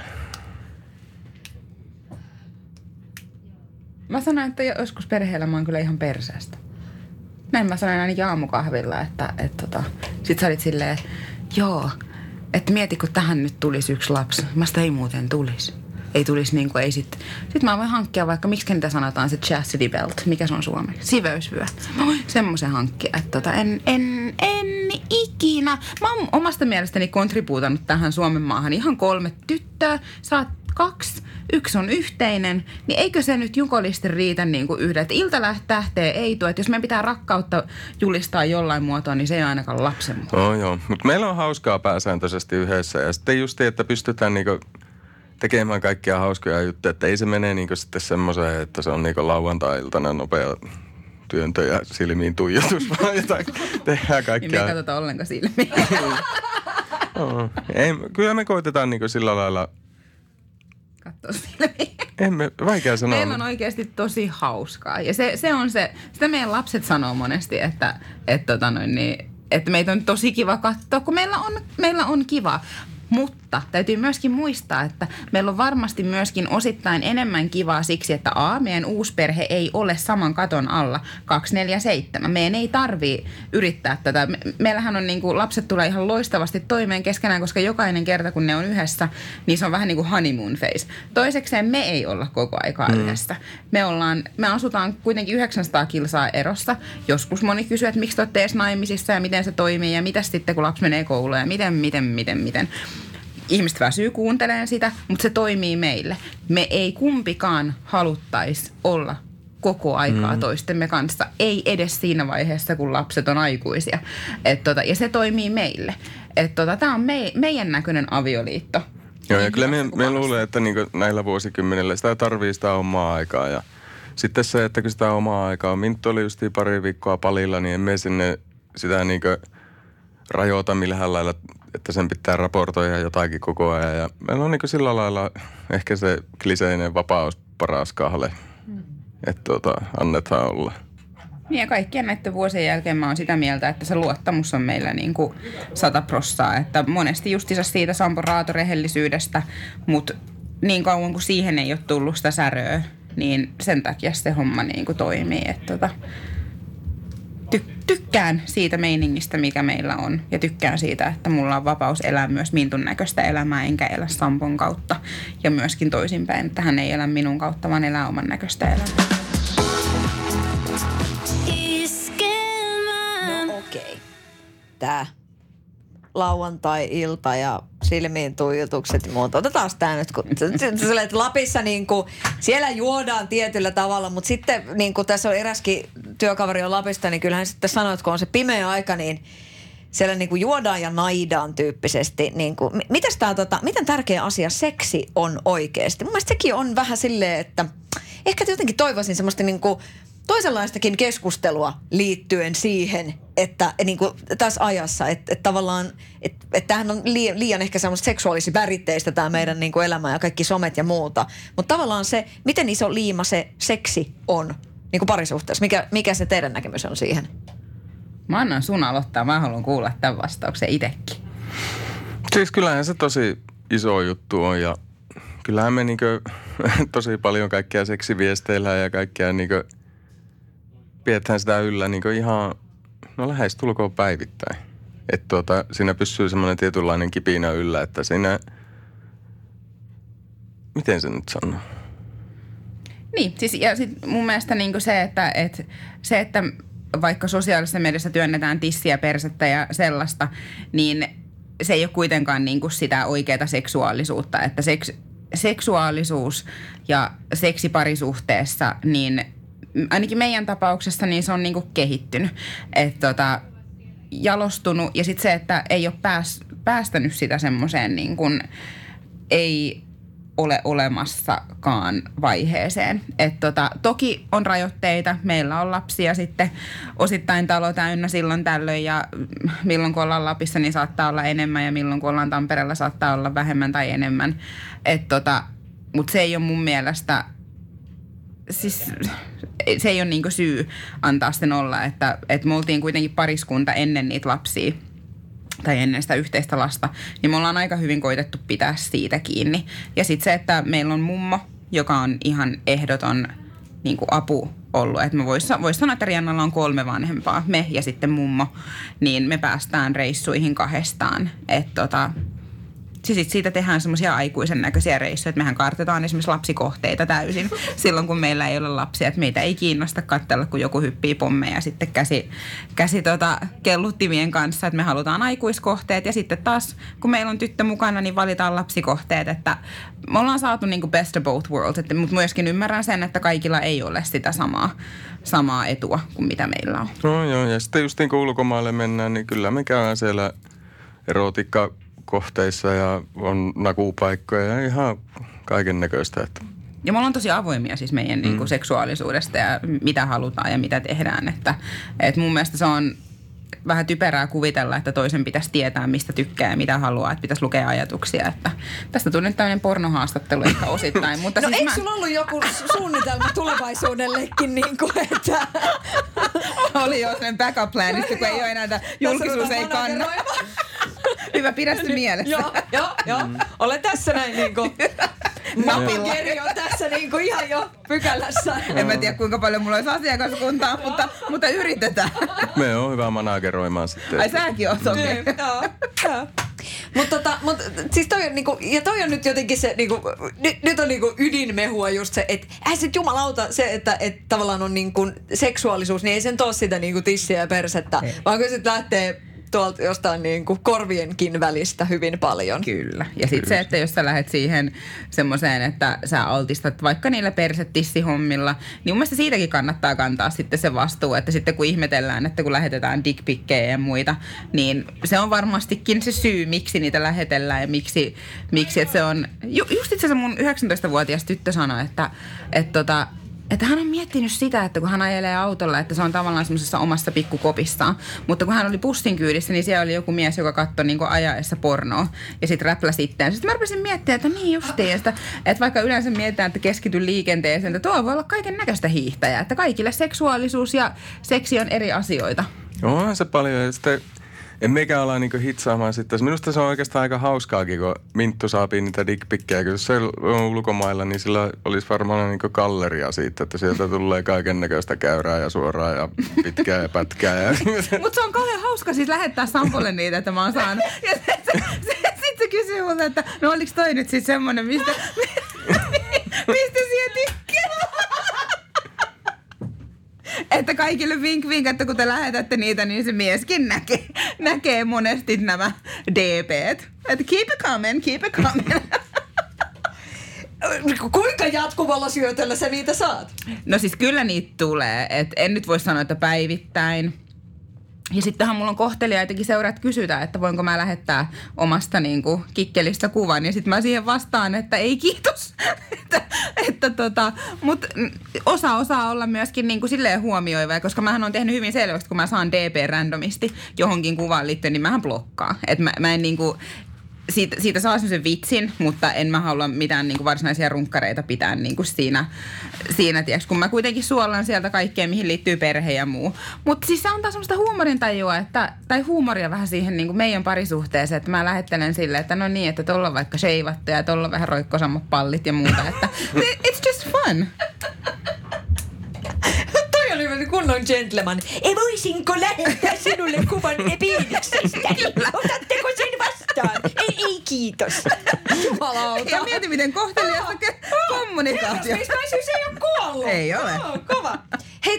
Mä sanoin, että joskus perhe-elämä on kyllä ihan perseestä. Näin mä sanoin ainakin aamukahvilla, että sit sä olit silleen, joo, että mieti kun tähän nyt tulisi 1 lapsi. Mä sitä ei muuten tulisi. Ei tulisi niinku, ei sit. Sitten mä voin hankkia vaikka, miksi niitä sanotaan se chastity belt, mikä se on suomeksi? Siveysvyö. Mä voin semmoisen hankkia, että en ikinä. Mä oon omasta mielestäni kontribuutannut tähän Suomen maahan ihan 3 tyttöä. Saat 2, 1 on yhteinen, niin eikö se nyt jukolisti riitä niin kuin yhden, että iltatähteä ei tule, että jos meidän pitää rakkautta julistaa jollain muotoa, niin se ei ole ainakaan lapsen muotoa. Joo, mutta meillä on hauskaa pääsääntöisesti yhdessä ja sitten just että pystytään niinku tekemään kaikkia hauskoja juttuja, että ei se mene niinku sitten semmoiseen, että se on niinku lauantai-iltana nopea työntö ja silmiin tuijotus, vaan jotain tehdään kaikkia. Ja me ei katsota ollenkaan silmiin. Kyllä me koitetaan niinku sillä lailla katsoa silmiin. Emme, vaikea sanoa. Meillä on oikeasti tosi hauskaa. Ja se on se, sitä meidän lapset sanoo monesti, että meitä on tosi kiva katsoa, kun meillä on kiva. Mutta Mutta täytyy myöskin muistaa, että meillä on varmasti myöskin osittain enemmän kivaa siksi, että meidän uusperhe ei ole saman katon alla 24/7. Meidän ei tarvii yrittää tätä. Meillähän on niin kuin, lapset tulee ihan loistavasti toimeen keskenään, koska jokainen kerta kun ne on yhdessä, niin se on vähän niin kuin honeymoon phase. Toisekseen me ei olla koko aikaa yhdessä. Me asutaan kuitenkin 900 kilsaa erossa. Joskus moni kysyy, että miksi te olette edes naimisissa ja miten se toimii ja mitä sitten kun lapsi menee kouluun ja miten. Ihmiset väsyy kuuntelemaan sitä, mutta se toimii meille. Me ei kumpikaan haluttaisi olla koko aikaa toistemme kanssa. Ei edes siinä vaiheessa, kun lapset on aikuisia. Ja se toimii meille. Tämä on meidän näköinen avioliitto. Joo, ja kyllä me luulen, että niinku näillä vuosikymmenillä sitä tarvii sitä omaa aikaa. Ja sitten se, että kun sitä omaa aikaa on, Minttu oli justiin pari viikkoa palilla, niin emme sinne sitä niinku rajoita millään lailla, että sen pitää raportoida jotakin koko ajan. Ja meillä on niinku sillä lailla ehkä se kliseinen vapaus paras kahle, että annetaan olla. Niin ja kaikkien näiden vuosien jälkeen mä oon sitä mieltä, että se luottamus on meillä niin kuin 100%. Että monesti justiinsa siitä Sampon raatorehellisyydestä, mutta niin kauan kuin siihen ei ole tullut sitä säröä, niin sen takia se homma niin kuin toimii. Että tykkään siitä meiningistä, mikä meillä on. Ja tykkään siitä, että mulla on vapaus elää myös Mintun näköistä elämää, enkä elä Sampon kautta. Ja myöskin toisinpäin, että hän ei elä minun kautta, vaan elää oman näköistä elämää. Tää lauantai-ilta ja silmiin tuijotukset ja muuta. Otetaan tää nyt, kun Lapissa niinku, siellä juodaan tietyllä tavalla, mutta sitten niin kuin tässä on eräskin työkaveri on Lapista, niin kyllähän sitten sanoo, että kun on se pimeä aika, niin siellä niinku juodaan ja naidaan tyyppisesti. Niinku, miten tärkeä asia seksi on oikeasti? Mun mielestä sekin on vähän silleen, että ehkä jotenkin toivoisin semmoista niinku toisenlaistakin keskustelua liittyen siihen, että niin kuin tässä ajassa, että tavallaan, että tämähän on liian ehkä semmoista seksuaalis-väritteistä tämä meidän niin kuin elämä ja kaikki somet ja muuta. Mutta tavallaan se, miten iso liima se seksi on niin kuin parisuhteessa, mikä se teidän näkemys on siihen? Mä annan sun aloittaa, mä haluan kuulla tämän vastauksen itsekin. Siis kyllähän se tosi iso juttu on ja kyllähän me niinku tosi paljon kaikkea seksiviesteillä ja kaikkea niinku pidetään sitä yllä niinku ihan, lähes tulkoon päivittäin. Että siinä pysyy semmoinen tietynlainen kipinä yllä, että siinä, miten se nyt sanoo? Niin, siis ja sit mun mielestä niinku se, että vaikka sosiaalisessa mediassa työnnetään tissiä, persettä ja sellaista, niin se ei ole kuitenkaan niinku sitä oikeaa seksuaalisuutta, että seksuaalisuus ja seksi parisuhteessa, niin ainakin meidän tapauksessa niin se on niinku kehittynyt, että jalostunut ja sitten se, että ei ole päästänyt sitä semmoiseen niin kuin ei ole olemassakaan vaiheeseen. Että toki on rajoitteita, meillä on lapsia sitten osittain talo täynnä silloin tällöin ja milloin kun ollaan Lapissa niin saattaa olla enemmän ja milloin kun ollaan Tampereella saattaa olla vähemmän tai enemmän. Mutta se ei ole mun mielestä, siis se ei ole niinku syy antaa sen olla, että me oltiin kuitenkin pariskunta ennen niitä lapsia tai ennen sitä yhteistä lasta, niin me ollaan aika hyvin koitettu pitää siitä kiinni. Ja sitten se, että meillä on mummo, joka on ihan ehdoton niinku apu ollut. Että vois sanoa, että Riannalla on 3 vanhempaa, me ja sitten mummo, niin me päästään reissuihin 2. Että siis siitä tehdään semmoisia aikuisen näköisiä reissuja, että mehän kartetaan esimerkiksi lapsikohteita täysin silloin, kun meillä ei ole lapsia. Että meitä ei kiinnosta katsella, kun joku hyppii pommeja sitten käsi kelluttimien kanssa. Että me halutaan aikuiskohteet ja sitten taas, kun meillä on tyttö mukana, niin valitaan lapsikohteet. Että me ollaan saatu niin kuin best of both worlds, mutta myöskin ymmärrän sen, että kaikilla ei ole sitä samaa etua kuin mitä meillä on. No joo, ja sitten just niin kuin ulkomaille mennään, niin kyllä me käydään siellä erotiikkakohteissa ja on nakupaikkoja ja ihan kaiken näköistä. Ja me ollaan tosi avoimia siis meidän niin kuin seksuaalisuudesta ja mitä halutaan ja mitä tehdään. Että mun mielestä se on vähän typerää kuvitella, että toisen pitäisi tietää, mistä tykkää ja mitä haluaa, että pitäisi lukea ajatuksia. Että tästä tuli nyt tämmöinen pornohaastattelu ehkä osittain. Mutta no siis eikö sulla ollut joku suunnitelma tulevaisuudellekin, niin kuin, että oli jo sellainen backup plan, kun ei ole enää julkisuus ei kanna. Hyvä, pidä se mielessä. Joo. Olen tässä näin niinku... Napilkeri on tässä niinku ihan jo pykälässä. En mä tiedä, kuinka paljon mulla olisi asiakaskuntaa, mutta yritetään. Me on hyvä manageroimaan sitten. Ai säkin oot, okei. Joo. Mutta siis toi on niinku, ja toi on nyt jotenkin se niinku, nyt on niinku ydinmehua just se, että se jumalauta se, että tavallaan on niinku seksuaalisuus, niin ei sen ole sitä niinku tissiä ja persettä, vaan kyllä sit lähtee tuolta jostain niinku korvienkin välistä hyvin paljon. Kyllä. Ja sitten se, että jos sä lähdet siihen semmoiseen, että sä altistat vaikka niillä persettissihommilla, niin mun mielestä siitäkin kannattaa kantaa sitten se vastuu, että sitten kun ihmetellään, että kun lähetetään dickpikkejä ja muita, niin se on varmastikin se syy, miksi niitä lähetellään ja miksi että se on, just itse asiassa mun 19-vuotias tyttö sanoi, että hän on miettinyt sitä, että kun hän ajelee autolla, että se on tavallaan semmoisessa omassa pikkukopissaan. Mutta kun hän oli bussin kyydissä, niin siellä oli joku mies, joka katsoi niin kuin ajaessa pornoa ja sitten räpläsi itseään. Sitten mä rupesin miettimään, että niin justiin, että vaikka yleensä mietitään, että keskity liikenteeseen, että tuo voi olla kaiken näköistä hiihtäjää. Että kaikille seksuaalisuus ja seksi on eri asioita. Onhan se paljon. Ja sitten en mekään ala niinku hitsaamaan sitten. Minusta se on oikeastaan aika hauskaakin, kun Minttu saapii niitä dickpikkejä. Kun se on ulkomailla, niin sillä olisi varmaan niinku galleria siitä, että sieltä tulee kaiken näköistä käyrää ja suoraa ja pitkää ja pätkää. Mutta se on kauhean hauska siis lähettää Sampolle niitä, että mä oon saanut. Ja sitten se kysyy multa, että no oliks toi nyt siis semmonen, mistä siellä tykkää? Että kaikille vink vink, että kun te lähetätte niitä, niin se mieskin näkee monesti nämä DP:t. Että keep it coming. Kuinka jatkuvalla syötöllä sä niitä saat? No siis kyllä niitä tulee. Et en nyt voi sanoa, että päivittäin. Ja sittenhän mulla on kohteliaitakin seuraat kysytään, että voinko mä lähettää omasta niinku kikkelistä kuvan. Ja sitten mä siihen vastaan, että ei kiitos. Mutta osaa olla myöskin niinku silleen huomioiva. Koska mähän on tehnyt hyvin selväksi, kun mä saan DP randomisti johonkin kuvaan liittyen, niin mähän blokkaan. Että mä en niinku... Siitä saa semmoisen vitsin, mutta en mä halua mitään niinku varsinaisia runkkareita pitää niinku siinä tiiäks, kun mä kuitenkin suolan sieltä kaikkea, mihin liittyy perhe ja muu. Mutta siis se antaa semmoista huumorintajua, tai huumoria vähän siihen niinku meidän parisuhteeseen, että mä lähettelen silleen, että no niin, että tuolla on vaikka sheivattu ja tuolla on vähän roikkosammat pallit ja muuta, että it's just fun. Toi oli kunnon gentleman. Voisinko lähettää sinulle kuvan epiidiksestäni? Otatteko sen vastaan? Ei kiitos. Jumalauta. Ja mieti, miten kohteliasta kommunikaatio. Herrasmiesnaisyys ei ole kuollut. Ei ole. Kova. Hei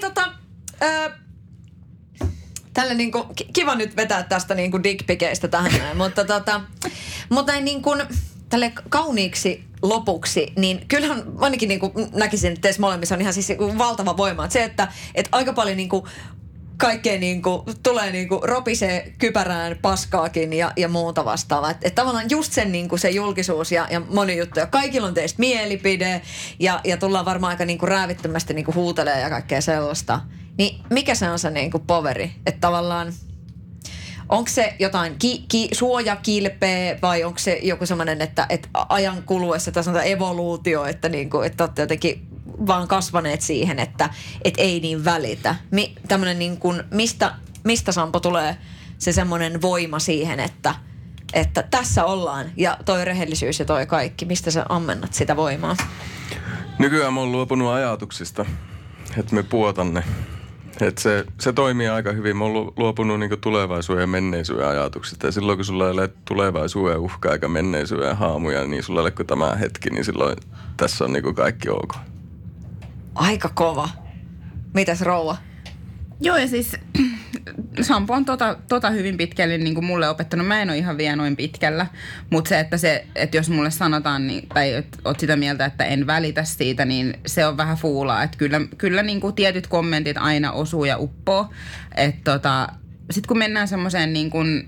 tällä niinku, kiva nyt vetää tästä niinku dickpikeistä tähän näin, mutta näin niinku, tälle kauniiksi lopuksi, niin kyllähän ainakin niinku näkisin, että teissä molemmissa on ihan siis valtava voima. Että se, että aika paljon niinku kaikkea niinku tulee niinku ropisee kypärään paskaakin ja muuta vastaavaa. Että tavallaan just sen niinku se julkisuus ja moni juttu. Ja kaikilla on teistä mielipide ja tullaan varmaan aika niinku räävittömästi niinku huutelee ja kaikkea sellaista. Niin mikä se on se niinku poveri? Että tavallaan onko se jotain suojakilpeä vai onko se joku semmoinen, että ajan kuluessa tässä on evoluutio, että olette jotenkin vaan kasvaneet siihen, että ei niin välitä. Tämmöinen niin kuin, mistä Sampo tulee se semmoinen voima siihen, että tässä ollaan ja toi rehellisyys ja toi kaikki. Mistä sä ammennat sitä voimaa? Nykyään mä oon luopunut ajatuksista, että me puotan ne. Että se toimii aika hyvin. Mä oon luopunut niinku tulevaisuuden ja menneisyyden ajatuksista. Ja silloin kun sulla ei ole tulevaisuuden uhka eikä menneisyyden haamuja, niin sulla ei ole kuin tämä hetki, niin silloin tässä on niinku kaikki ok. Aika kova. Mitäs rouva? Joo, ja siis Sampo on tota hyvin pitkälle niin kuin mulle opettanut. Mä en ole ihan vielä noin pitkällä, mutta että jos mulle sanotaan, niin, tai että oot sitä mieltä, että en välitä siitä, niin se on vähän fuulaa. Että kyllä niin kuin tietyt kommentit aina osuu ja uppoo. Että sitten kun mennään semmoiseen niin kuin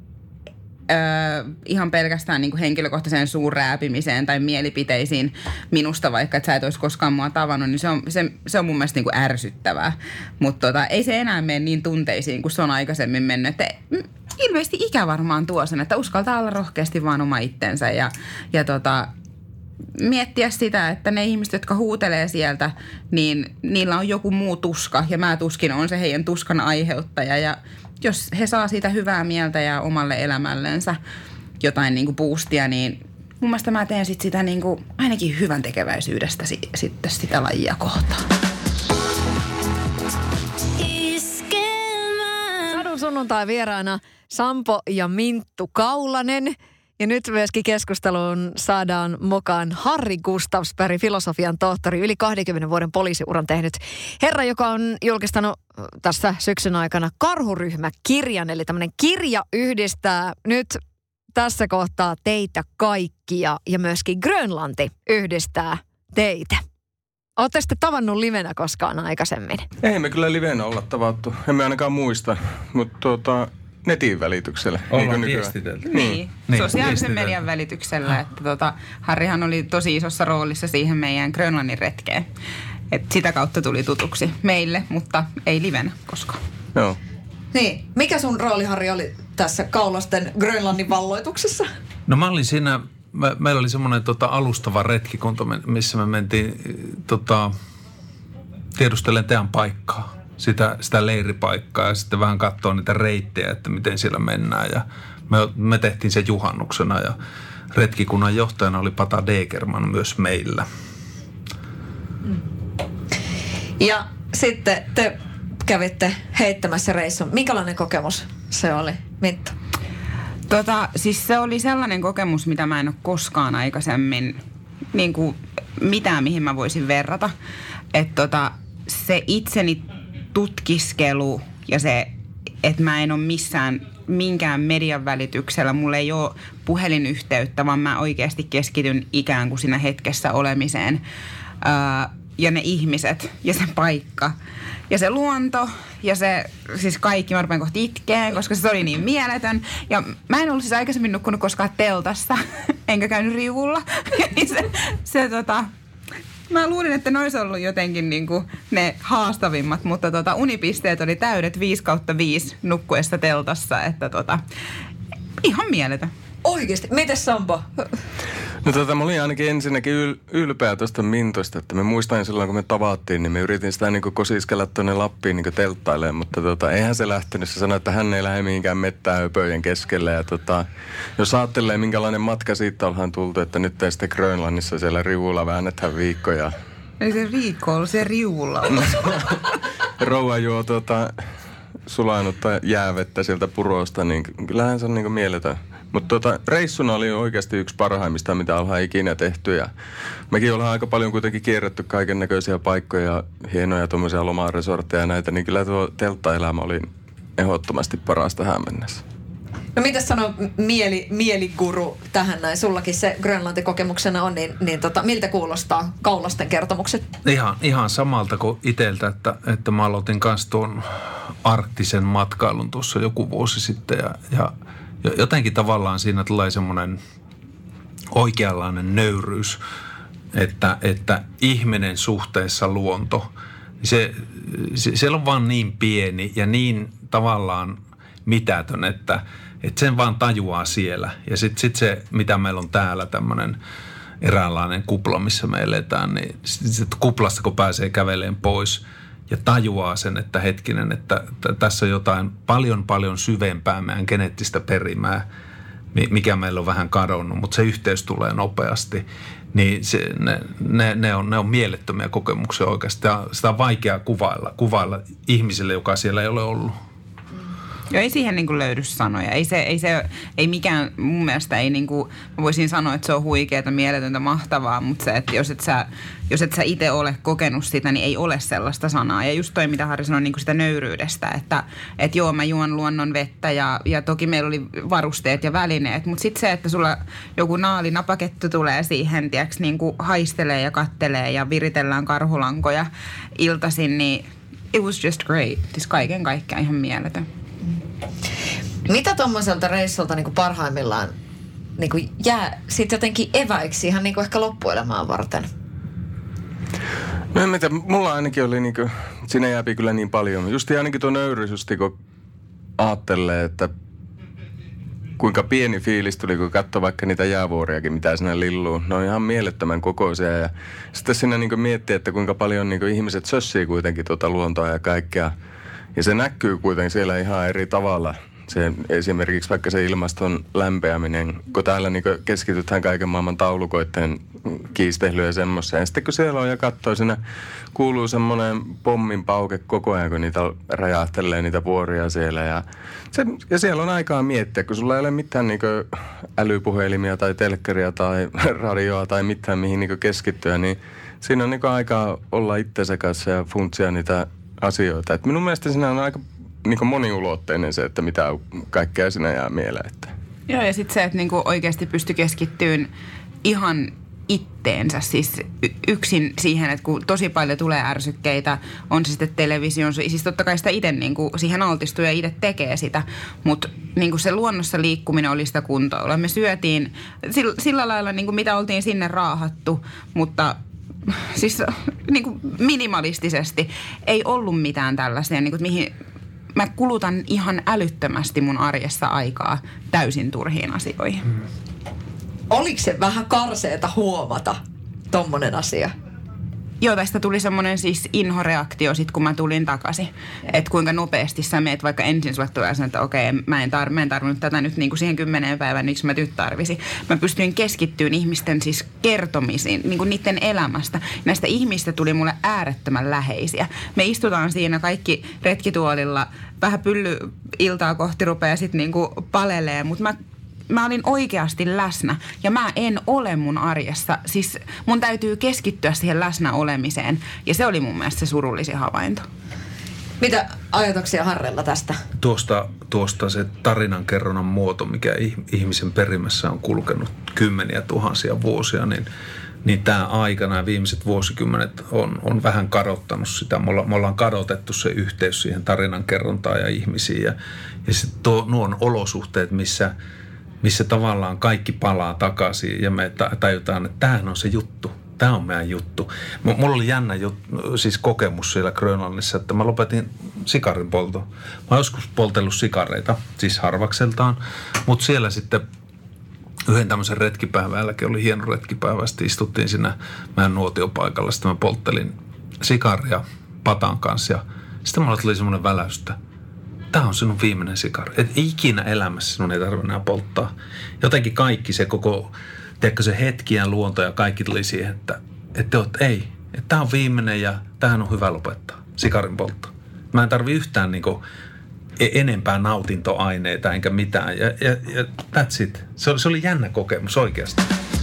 ihan pelkästään niin kuin henkilökohtaiseen suurrääpimiseen tai mielipiteisiin minusta, vaikka että sä et olisi koskaan mua tavannut, niin se on mun mielestä niin kuin ärsyttävää. Mutta ei se enää mene niin tunteisiin, kuin se on aikaisemmin mennyt. Että ilmeisesti ikä varmaan tuo sen, että uskaltaa olla rohkeasti vaan oma itsensä ja miettiä sitä, että ne ihmiset, jotka huutelee sieltä, niin niillä on joku muu tuska ja mä tuskin on se heidän tuskan aiheuttaja jos he saa siitä hyvää mieltä ja omalle elämällensä jotain niin kuin boostia, niin mun mielestä mä teen sitä niin kuin ainakin hyvän tekeväisyydestä sitten sitä lajia kohtaan. Sadun sunnuntai vieraana Sampo ja Minttu Kaulanen. Ja nyt myöskin keskusteluun saadaan mukaan Harri Gustavsberg, filosofian tohtori, yli 20 vuoden poliisiuran tehnyt herra, joka on julkistanut tässä syksyn aikana Karhuryhmä-kirjan. Eli tämmöinen kirja yhdistää nyt tässä kohtaa teitä kaikkia ja myöskin Grönlanti yhdistää teitä. Oletteko te tavannut livenä koskaan aikaisemmin? Ei me kyllä livenä olla tavattu. Emme ainakaan muista, mutta netin välityksellä. Ollaan viestitelty. Niin, sosiaalisen median välityksellä. Että Harrihan oli tosi isossa roolissa siihen meidän Grönlannin retkeen. Et sitä kautta tuli tutuksi meille, mutta ei livenä koskaan. Joo. Niin. Mikä sun rooli, Harri, oli tässä Kaulasten Grönlannin valloituksessa? No mä olin siinä, meillä oli semmoinen alustava retkikunta, missä me mentiin tiedustelemaan teidän paikkaa. Sitä leiripaikkaa ja sitten vähän katsoa niitä reittejä, että miten siellä mennään. Ja me tehtiin se juhannuksena ja retkikunnan johtajana oli Pata Degerman myös meillä. Ja sitten te kävitte heittämässä reissun. Minkälainen kokemus se oli, Minttu? Siis se oli sellainen kokemus, mitä mä en ole koskaan aikaisemmin niin kuin mitään, mihin mä voisin verrata. Että se itseni tutkiskelu ja se, että mä en ole minkään median välityksellä, mulla ei ole puhelinyhteyttä, vaan mä oikeasti keskityn ikään kuin siinä hetkessä olemiseen. Ja ne ihmiset ja se paikka ja se luonto ja se, siis kaikki, mä rupean kohta itkeen, koska se oli niin mieletön. Ja mä en ollut siis aikaisemmin nukkunut koskaan teltassa, enkä käynyt riuulla. Ja niin mä luulin, että ne olisi ollut jotenkin niin kuin ne haastavimmat, mutta unipisteet oli täydet 5/5 nukkuessa teltassa, että ihan mieletön. Oikeesti? Mites Sampo? No mä olin ainakin ensinnäkin ylpeä tuosta Mintosta, että me muistan silloin, kun me tavattiin, niin me yritin sitä niin kosiskella tuonne Lappiin niin telttailemaan, mutta eihän se lähtenyt. Se sanoi, että hän ei lähde mihinkään mettään höpöjen keskelle. Ja jos ajattelee, minkälainen matka siitä ollaan tultu, että nyt ei sitten Grönlannissa siellä rivulla väännetään viikkoja. Ei se viikko ollut, se rivulla. Rouva juo sulanutta jäävettä sieltä purosta, niin kyllähän se on niin mieletön. Mutta reissuna oli oikeasti yksi parhaimmista, mitä ollaan ikinä tehty. Ja mekin ollaan aika paljon kuitenkin kierretty kaiken näköisiä paikkoja, hienoja tuommoisia lomaresortteja ja näitä, niin kyllä tuo telttaelämä oli ehdottomasti parasta tähän mennessä. No mitäs sanoo mieliguru tähän näin? Sullakin se Grönlanti-kokemuksena on, niin miltä kuulostaa Kaulasten kertomukset? Ihan samalta kuin itseltä, että mä aloitin kanssa tuon arktisen matkailun tuossa joku vuosi sitten ja jotenkin tavallaan siinä tulee semmoinen oikeanlainen nöyryys, että ihminen suhteessa luonto, siellä on vaan niin pieni ja niin tavallaan mitätön, että sen vaan tajuaa siellä. Ja sitten se, mitä meillä on täällä tämmöinen eräänlainen kupla, missä me eletään, niin sitten kuplassa, kun pääsee käveleen pois ja tajuaa sen, että hetkinen, että tässä on jotain paljon syvempää meidän geneettistä perimää, mikä meillä on vähän kadonnut, mutta se yhteys tulee nopeasti. Niin ne on mielettömiä kokemuksia oikeasti. Sitä on vaikea kuvailla ihmiselle, joka siellä ei ole ollut. Joo, ei siihen niin löydy sanoja. Ei mikään, mun mielestä ei mä voisin sanoa, että se on huikeeta, mieletöntä, mahtavaa, mutta se, että jos et sä itse ole kokenut sitä, niin ei ole sellaista sanaa. Ja just toi, mitä Harri sanoi sitä nöyryydestä, että joo, mä juon luonnon vettä ja toki meillä oli varusteet ja välineet, mutta sitten se, että sulla joku napakettu tulee siihen, tiiäks, haistelee ja kattelee ja viritellään karhulankoja iltaisin, niin it was just great. Siis kaiken kaikkiaan ihan mieletön. Mitä tommoiselta reissulta parhaimmillaan jää sitten jotenkin eväiksi ihan ehkä loppuelämään varten? No en tiedä, mulla ainakin oli siinä jääpi kyllä niin paljon. Just ainakin tuo nöyryys, kun ajattelee, että kuinka pieni fiilis tuli, kun katsoi vaikka niitä jäävuoriakin, mitä siinä lilluu. Ne on ihan mielettömän kokoisia ja sitten siinä miettii, että kuinka paljon ihmiset sössii kuitenkin tuota luontoa ja kaikkea. Ja se näkyy kuitenkin siellä ihan eri tavalla. Se, esimerkiksi vaikka se ilmaston lämpeäminen, kun täällä niin keskitytään kaiken maailman taulukoiden kiistelyä ja semmoista. Ja sitten kun siellä on ja katsoo, siinä kuuluu semmoinen pommin pauke koko ajan, kun niitä räjähtelee niitä vuoria siellä. Ja siellä on aikaa miettiä, kun sulla ei ole mitään niin älypuhelimia tai telkkaria tai radioa tai mitään mihin niin keskittyä, niin siinä on niin aikaa olla itsensä kanssa ja funtsia niitä asioita. Et minun mielestä siinä on aika niin moniulotteinen se, että mitä kaikkea siinä jää mieleen. Että. Joo, ja sitten se, että niin oikeasti pystyy keskittyyn ihan itteensä, siis yksin siihen, että kun tosi paljon tulee ärsykkeitä, on se sitten television, siis totta kai sitä itse niin siihen altistuu ja itse tekee sitä, mutta niin se luonnossa liikkuminen oli sitä kuntoilua. Me syötiin sillä lailla, niin mitä oltiin sinne raahattu, mutta siis niin minimalistisesti ei ollut mitään tällaisia, niin mihin mä kulutan ihan älyttömästi mun arjessa aikaa täysin turhiin asioihin. Oliko se vähän karseeta huomata tommonen asia? Joo, tästä tuli semmoinen siis inhoreaktio sit, kun mä tulin takaisin. Että kuinka nopeasti sä meet, vaikka ensin sulle tulee sen, että okei, mä en tarvinnut tätä nyt niinku siihen 10 päivään, miksi mä nyt tarvisin. Mä pystyin keskittyyn ihmisten siis kertomisiin, niinku niiden elämästä. Näistä ihmistä tuli mulle äärettömän läheisiä. Me istutaan siinä kaikki retkituolilla, vähän pyllyiltaa kohti rupeaa sit niinku palelee, mutta mä olin oikeasti läsnä ja mä en ole mun arjessa. Siis mun täytyy keskittyä siihen läsnä olemiseen ja se oli mun mielestä se surullisin havainto. Mitä ajatuksia Harrella tästä? Tuosta se tarinankerronnan muoto, mikä ihmisen perimässä on kulkenut kymmeniä tuhansia vuosia, niin tämä aika, nämä viimeiset vuosikymmenet on vähän kadottanut sitä. Me ollaan kadotettu se yhteys siihen tarinankerrontaan ja ihmisiin ja sitten nuo olosuhteet, missä tavallaan kaikki palaa takaisin ja me tajutaan, että tämähän on se juttu. Tämä on meidän juttu. Mulla oli jännä siis kokemus siellä Grönlannissa, että mä lopetin sikarin polton. Mä oon joskus poltellut sikareita, siis harvakseltaan, mutta siellä sitten yhden tämmöisen retkipäivän jälkeen oli hieno retkipäivä. Sitten istuttiin siinä meidän nuotiopaikalla. Sitten mä polttelin sikaria patan kanssa ja sitten mulla tuli semmoinen väläystä. Tämä on sinun viimeinen sikari. Et ikinä elämässä sinun ei tarvitse enää polttaa. Jotenkin kaikki se koko, tiedätkö se hetki ja luonto ja kaikki tuli siihen, että tämä on viimeinen ja tähän on hyvä lopettaa. Sikarin poltto. Mä en tarvi yhtään niinku enempää nautintoaineita enkä mitään. Ja that's it. Se oli jännä kokemus oikeasti.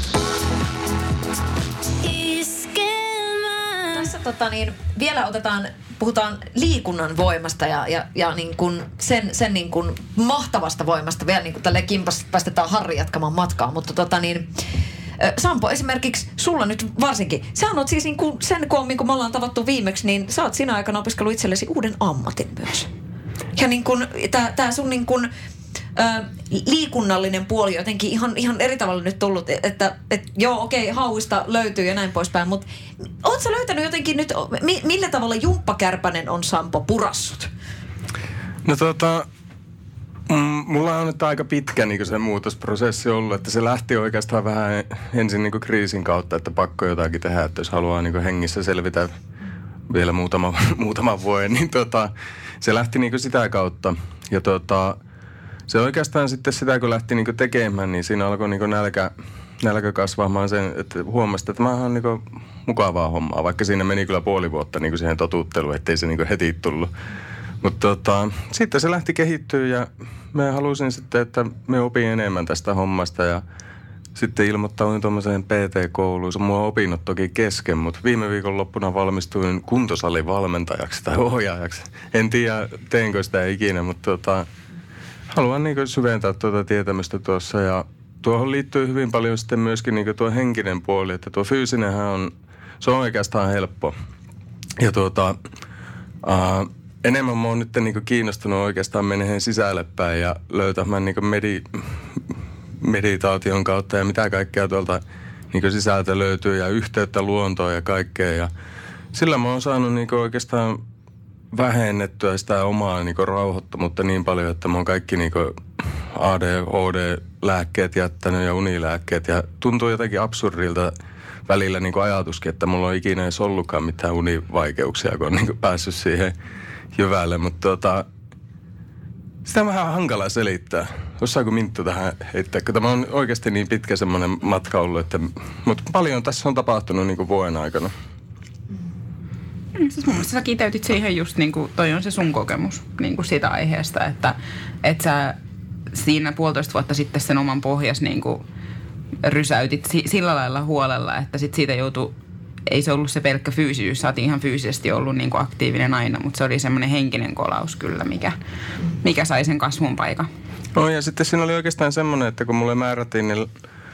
Tässä vielä puhutaan liikunnan voimasta ja niin kuin sen niin kuin mahtavasta voimasta. Vielä niin kuin tälleen päästetään Harri jatkamaan matkaa, mutta Sampo, esimerkiksi sulla nyt varsinkin, sä oot siis niin kuin sen koommin, kun me ollaan tavattu viimeksi, niin sä oot siinä aikana opiskellut itsellesi uuden ammatin myös. Ja niin kuin tää sun niin kuin liikunnallinen puoli jotenkin ihan eri tavalla nyt tullut, että joo, okei, hauista löytyy ja näin poispäin, mutta oot sä löytänyt jotenkin nyt, millä tavalla Jumppa Kärpänen on, Sampo, purassut? No mulla on nyt aika pitkä niin se muutosprosessi ollut, että se lähti oikeastaan vähän ensin niin kriisin kautta, että pakko jotakin tehdä, että jos haluaa niin hengissä selvitä vielä muutaman vuoden, niin se lähti niin sitä kautta. Ja se oikeastaan sitten sitä, kun lähti niin tekemään, niin siinä alkoi niin nälkä kasvamaan sen, että huomasi, että mä oon niin mukavaa hommaa, vaikka siinä meni kyllä puoli vuotta niin siihen totutteluun, ettei se niin heti tullut. Mutta sitten se lähti kehittyä ja mä halusin sitten, että me opin enemmän tästä hommasta ja sitten ilmoittauduin tuommoiseen PT-kouluun. Se mulla on opinnot toki kesken, mutta viime viikon loppuna valmistuin kuntosalivalmentajaksi tai ohjaajaksi. En tiedä, teenkö sitä ikinä, mutta haluan niin syventää tuota tietämystä tuossa ja tuohon liittyy hyvin paljon sitten myöskin niin tuo henkinen puoli, että tuo fyysinenhän se on oikeastaan helppo. Ja enemmän mä oon nyt niin kiinnostunut oikeastaan menehen sisälle päin ja löytämään niin meditaation kautta ja mitä kaikkea tuolta niin sisältä löytyy ja yhteyttä luontoon ja kaikkea. Ja sillä mä oon saanut niin oikeastaan vähennettyä sitä omaa niin rauhoittomuutta niin paljon, että mä oon kaikki niin ADHD-lääkkeet jättänyt ja unilääkkeet ja tuntuu jotenkin absurdilta välillä niin ajatuskin, että mulla on ikinä edes ollutkaan mitään univaikeuksia, kun on niin päässyt siihen jyvälle, mutta sitä on vähän hankala selittää. Osaako Minttu tähän heittää, kun tämä on oikeasti niin pitkä semmoinen matka ollut, mutta paljon tässä on tapahtunut niin kuin vuoden aikana. Siis mun mielestä sä kiteytit siihen just niin kuin toi on se sun kokemus niin kuin siitä aiheesta, että sä siinä 1,5 vuotta sitten sen oman pohjas niin kuin rysäytit sillä lailla huolella, että sit siitä joutui, ei se ollut se pelkkä fyysisyys, sä oot ihan fyysisesti ollut niin kuin aktiivinen aina, mutta se oli semmoinen henkinen kolaus kyllä, mikä sai sen kasvun paikan. No ja sitten siinä oli oikeastaan semmoinen, että kun mulle määrättiin ne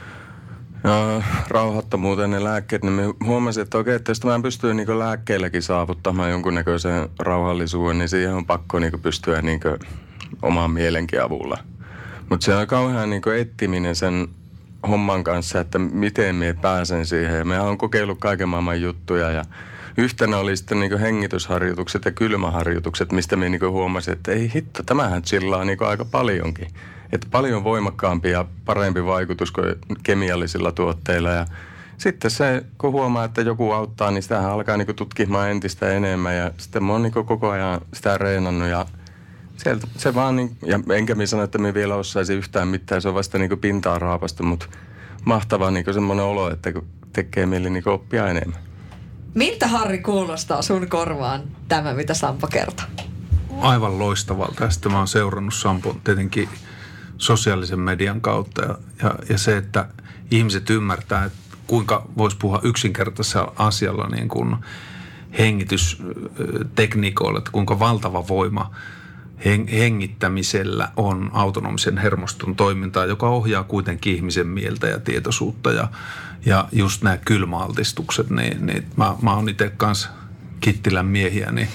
rauhattomuuteen ne lääkkeet, niin mä huomasin, että okei, että jos mä pystyy niin lääkkeilläkin saavuttamaan jonkunnäköisen rauhallisuuden, niin siihen on pakko niin pystyä niin oman mielenkin avulla. Mutta se on kauhean niin etsiminen sen homman kanssa, että miten mä pääsen siihen. Ja mä oon kokeillut kaiken maailman juttuja ja yhtenä oli sitten niin hengitysharjoitukset ja kylmäharjoitukset, mistä mä niin huomasin, että ei hitto, tämähän chillaa niin aika paljonkin. Että paljon voimakkaampi ja parempi vaikutus kuin kemiallisilla tuotteilla. Ja sitten se, kun huomaa, että joku auttaa, niin sitähän alkaa niin tutkimaan entistä enemmän. Ja sitten mä oon niin koko ajan sitä reenannut ja sieltä se vaan, niin, ja enkä minä sano, että me vielä osaisin yhtään mitään, se on vasta niin pintaa raapastu, mutta mahtava niin semmoinen olo, että tekee mieli niin oppia enemmän. Miltä, Harri, kuulostaa sun korvaan tämä, mitä Sampo kertoo? Aivan loistavalta. Ja sitten mä oon seurannut Sampon tietenkin sosiaalisen median kautta ja se, että ihmiset ymmärtää, että kuinka voisi puhua yksinkertaisella asialla niin kuin hengitystekniikoilla, että kuinka valtava voima hengittämisellä on autonomisen hermoston toimintaa, joka ohjaa kuitenkin ihmisen mieltä ja tietoisuutta ja just nämä kylmäaltistukset, niin mä oon itse kanssa Kittilän miehiä, niin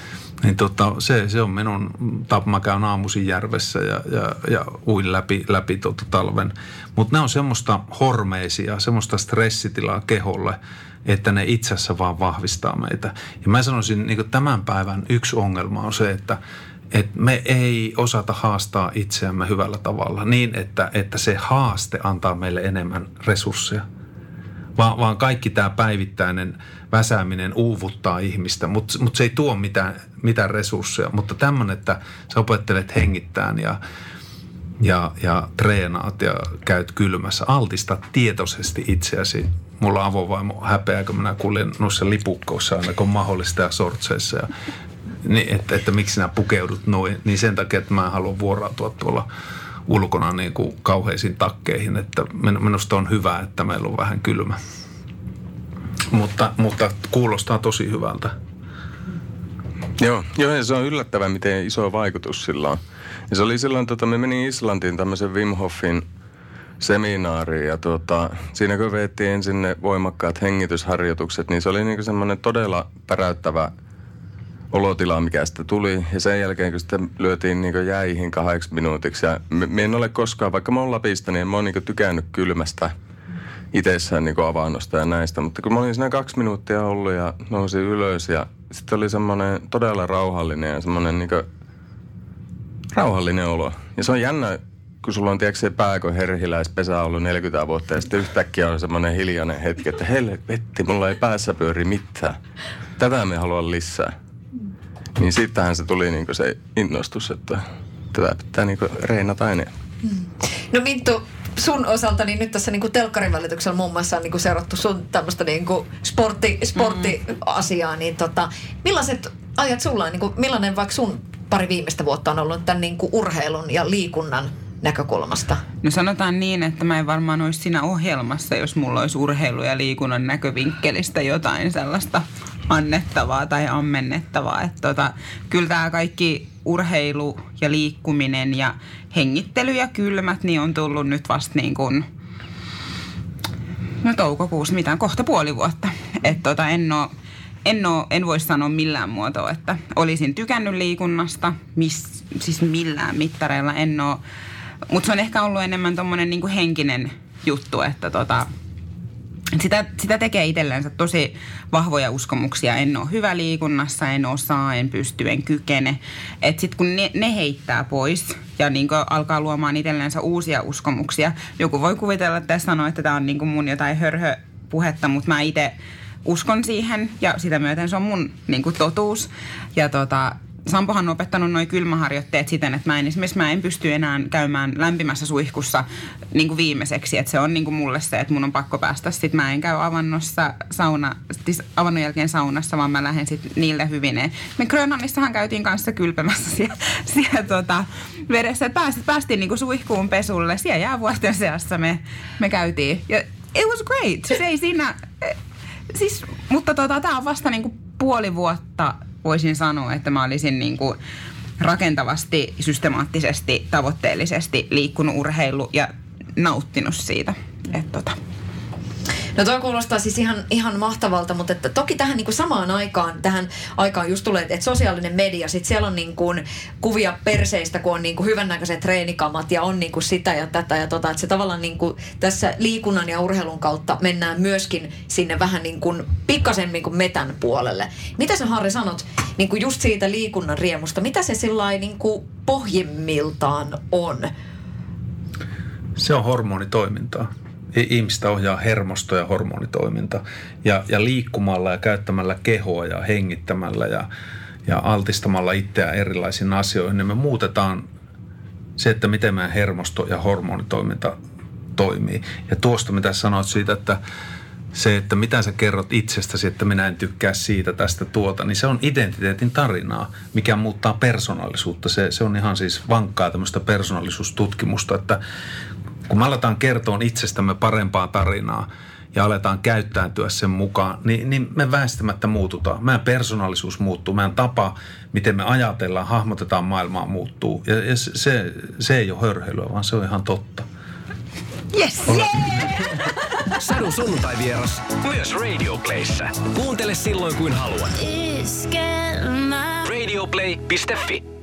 se on minun tapa. Mä käyn aamuisin järvessä ja uin läpi talven. Mutta ne on semmoista hormeisia, semmoista stressitilaa keholle, että ne itse asiassa vaan vahvistaa meitä. Ja mä sanoisin, niin tämän päivän yksi ongelma on se, että me ei osata haastaa itseämme hyvällä tavalla niin, että se haaste antaa meille enemmän resursseja. Vaan kaikki tämä päivittäinen väsääminen uuvuttaa ihmistä, mutta se ei tuo mitään resursseja. Mutta tämmöinen, että sä opettelet hengittämään ja treenaat ja käyt kylmässä, altistat tietoisesti itseäsi. Mulla on avovaimo häpeää, kun minä kuljen noissa lipukkoissa aina, kun on mahdollista ja sortseissa. Niin, että miksi sinä pukeudut noin, niin sen takia, että mä en halua vuorautua tuolla ulkona niin kuin kauheisiin takkeihin, että minusta on hyvä, että meillä on vähän kylmä. Mutta kuulostaa tosi hyvältä. Joo, ja se on yllättävää, miten iso vaikutus sillä on. Ja se oli silloin, me menin Islantiin tämmöisen Wim Hofin seminaariin ja siinä kun veettiin ensin ne voimakkaat hengitysharjoitukset, niin se oli niin kuin semmoinen todella päräyttävä olotila, mikä sitä tuli. Ja sen jälkeen, kun sitten lyötiin niin jäihin 8 minuutiksi. Ja me en ole koskaan, vaikka mä oon Lapista, niin mä oon niin tykännyt kylmästä itsessään niin avannosta ja näistä. Mutta kun mä olin siinä 2 minuuttia ollut ja nousin ylös ja sitten oli semmoinen todella rauhallinen ja semmoinen niin rauhallinen olo. Ja se on jännä, kun sulla on tiedätkö se pääkon herhiläispesä ollut 40 vuotta ja sitten yhtäkkiä on semmoinen hiljainen hetki, että helvetti, mulla ei päässä pyöri mitään. Tätä me haluan lisää. Niin siitähän se tuli niinku se innostus, että tätä pitää niinku reenata enemmän. No Minttu, sun osalta niin nyt tässä niinku telkkarin välityksellä muun muassa on niinku seurattu sun tämmöistä niinku sporttiasiaa, niin millaiset ajat sulla on, niinku, millainen vaikka sun pari viimeistä vuotta on ollut tämän niinku urheilun ja liikunnan näkökulmasta? No sanotaan niin, että mä en varmaan olisi siinä ohjelmassa, jos mulla olisi urheilu- ja liikunnan näkövinkkelistä jotain sellaista annettavaa tai ammennettavaa. Että kyllä tämä kaikki urheilu ja liikkuminen ja hengittely ja kylmät niin on tullut nyt vasta niin kuin toukokuussa, kohta puoli vuotta. Että en voi sanoa millään muotoa, että olisin tykännyt liikunnasta, siis millään mittareilla en ole. Mutta se on ehkä ollut enemmän tommonen niinku henkinen juttu, että sitä tekee itsellensä tosi vahvoja uskomuksia. En ole hyvä liikunnassa, en osaa, en pysty, en kykene. Että sitten kun ne heittää pois ja niinku alkaa luomaan itsellensä uusia uskomuksia. Joku voi kuvitella että sanoa, että tämä on niinku mun jotain hörhöpuhetta, mutta mä itse uskon siihen ja sitä myöten se on mun niinku totuus. Ja Sampohan on opettanut noi kylmäharjoitteet siten, että mä en pysty enää käymään lämpimässä suihkussa niin kuin viimeiseksi. Että se on niin kuin mulle se, että mun on pakko päästä. Sitten mä en käy avannon jälkeen saunassa, vaan mä lähden sitten niille hyvineen. Me Grönlannissahan käytiin kanssa kylpemässä siellä vedessä. Että päästiin niin kuin suihkuun pesulle. Siellä jäävuorten seassa me käytiin. Ja it was great. Se ei siinä... mutta tää on vasta niin kuin puoli vuotta, voisin sanoa, että mä olisin niin kuin rakentavasti, systemaattisesti, tavoitteellisesti liikkunut, urheillut ja nauttinut siitä. No toi kuulostaa siis ihan mahtavalta, mutta että toki tähän niin kuin samaan aikaan just tulee, että sosiaalinen media, sit siellä on niin kuin kuvia perseistä, kun on niin kuin hyvännäköiset treenikamat ja on niin kuin sitä ja tätä ja että se tavallaan niin kuin tässä liikunnan ja urheilun kautta mennään myöskin sinne vähän niin kuin pikkasen niin kuin metän puolelle. Mitä sä, Harri, sanot niin kuin just siitä liikunnan riemusta? Mitä se sillain niin kuin pohjimmiltaan on? Se on hormonitoimintaa. Ihmistä ohjaa hermosto ja hormonitoiminta. Ja liikkumalla ja käyttämällä kehoa ja hengittämällä ja altistamalla itseä erilaisiin asioihin, niin me muutetaan se, että miten meidän hermosto ja hormonitoiminta toimii. Ja tuosta, mitä sanoit siitä, että se, että mitä sä kerrot itsestäsi, että minä en tykkää siitä, tästä, niin se on identiteetin tarinaa, mikä muuttaa persoonallisuutta. Se on ihan siis vankkaa tämmöistä persoonallisuustutkimusta, että kun me aletaan kertoa itsestämme parempaa tarinaa ja aletaan käyttäytyä sen mukaan, niin me väistämättä muututaan. Meidän persoonallisuus muuttuu, meidän tapa, miten me ajatellaan, hahmotetaan maailmaa muuttuu. Ja se ei ole hörheilyä, vaan se on ihan totta. Yes! Sadun sunnuntai-vieras myös Radio Playssä. Kuuntele silloin kuin haluat. Radioplay.fi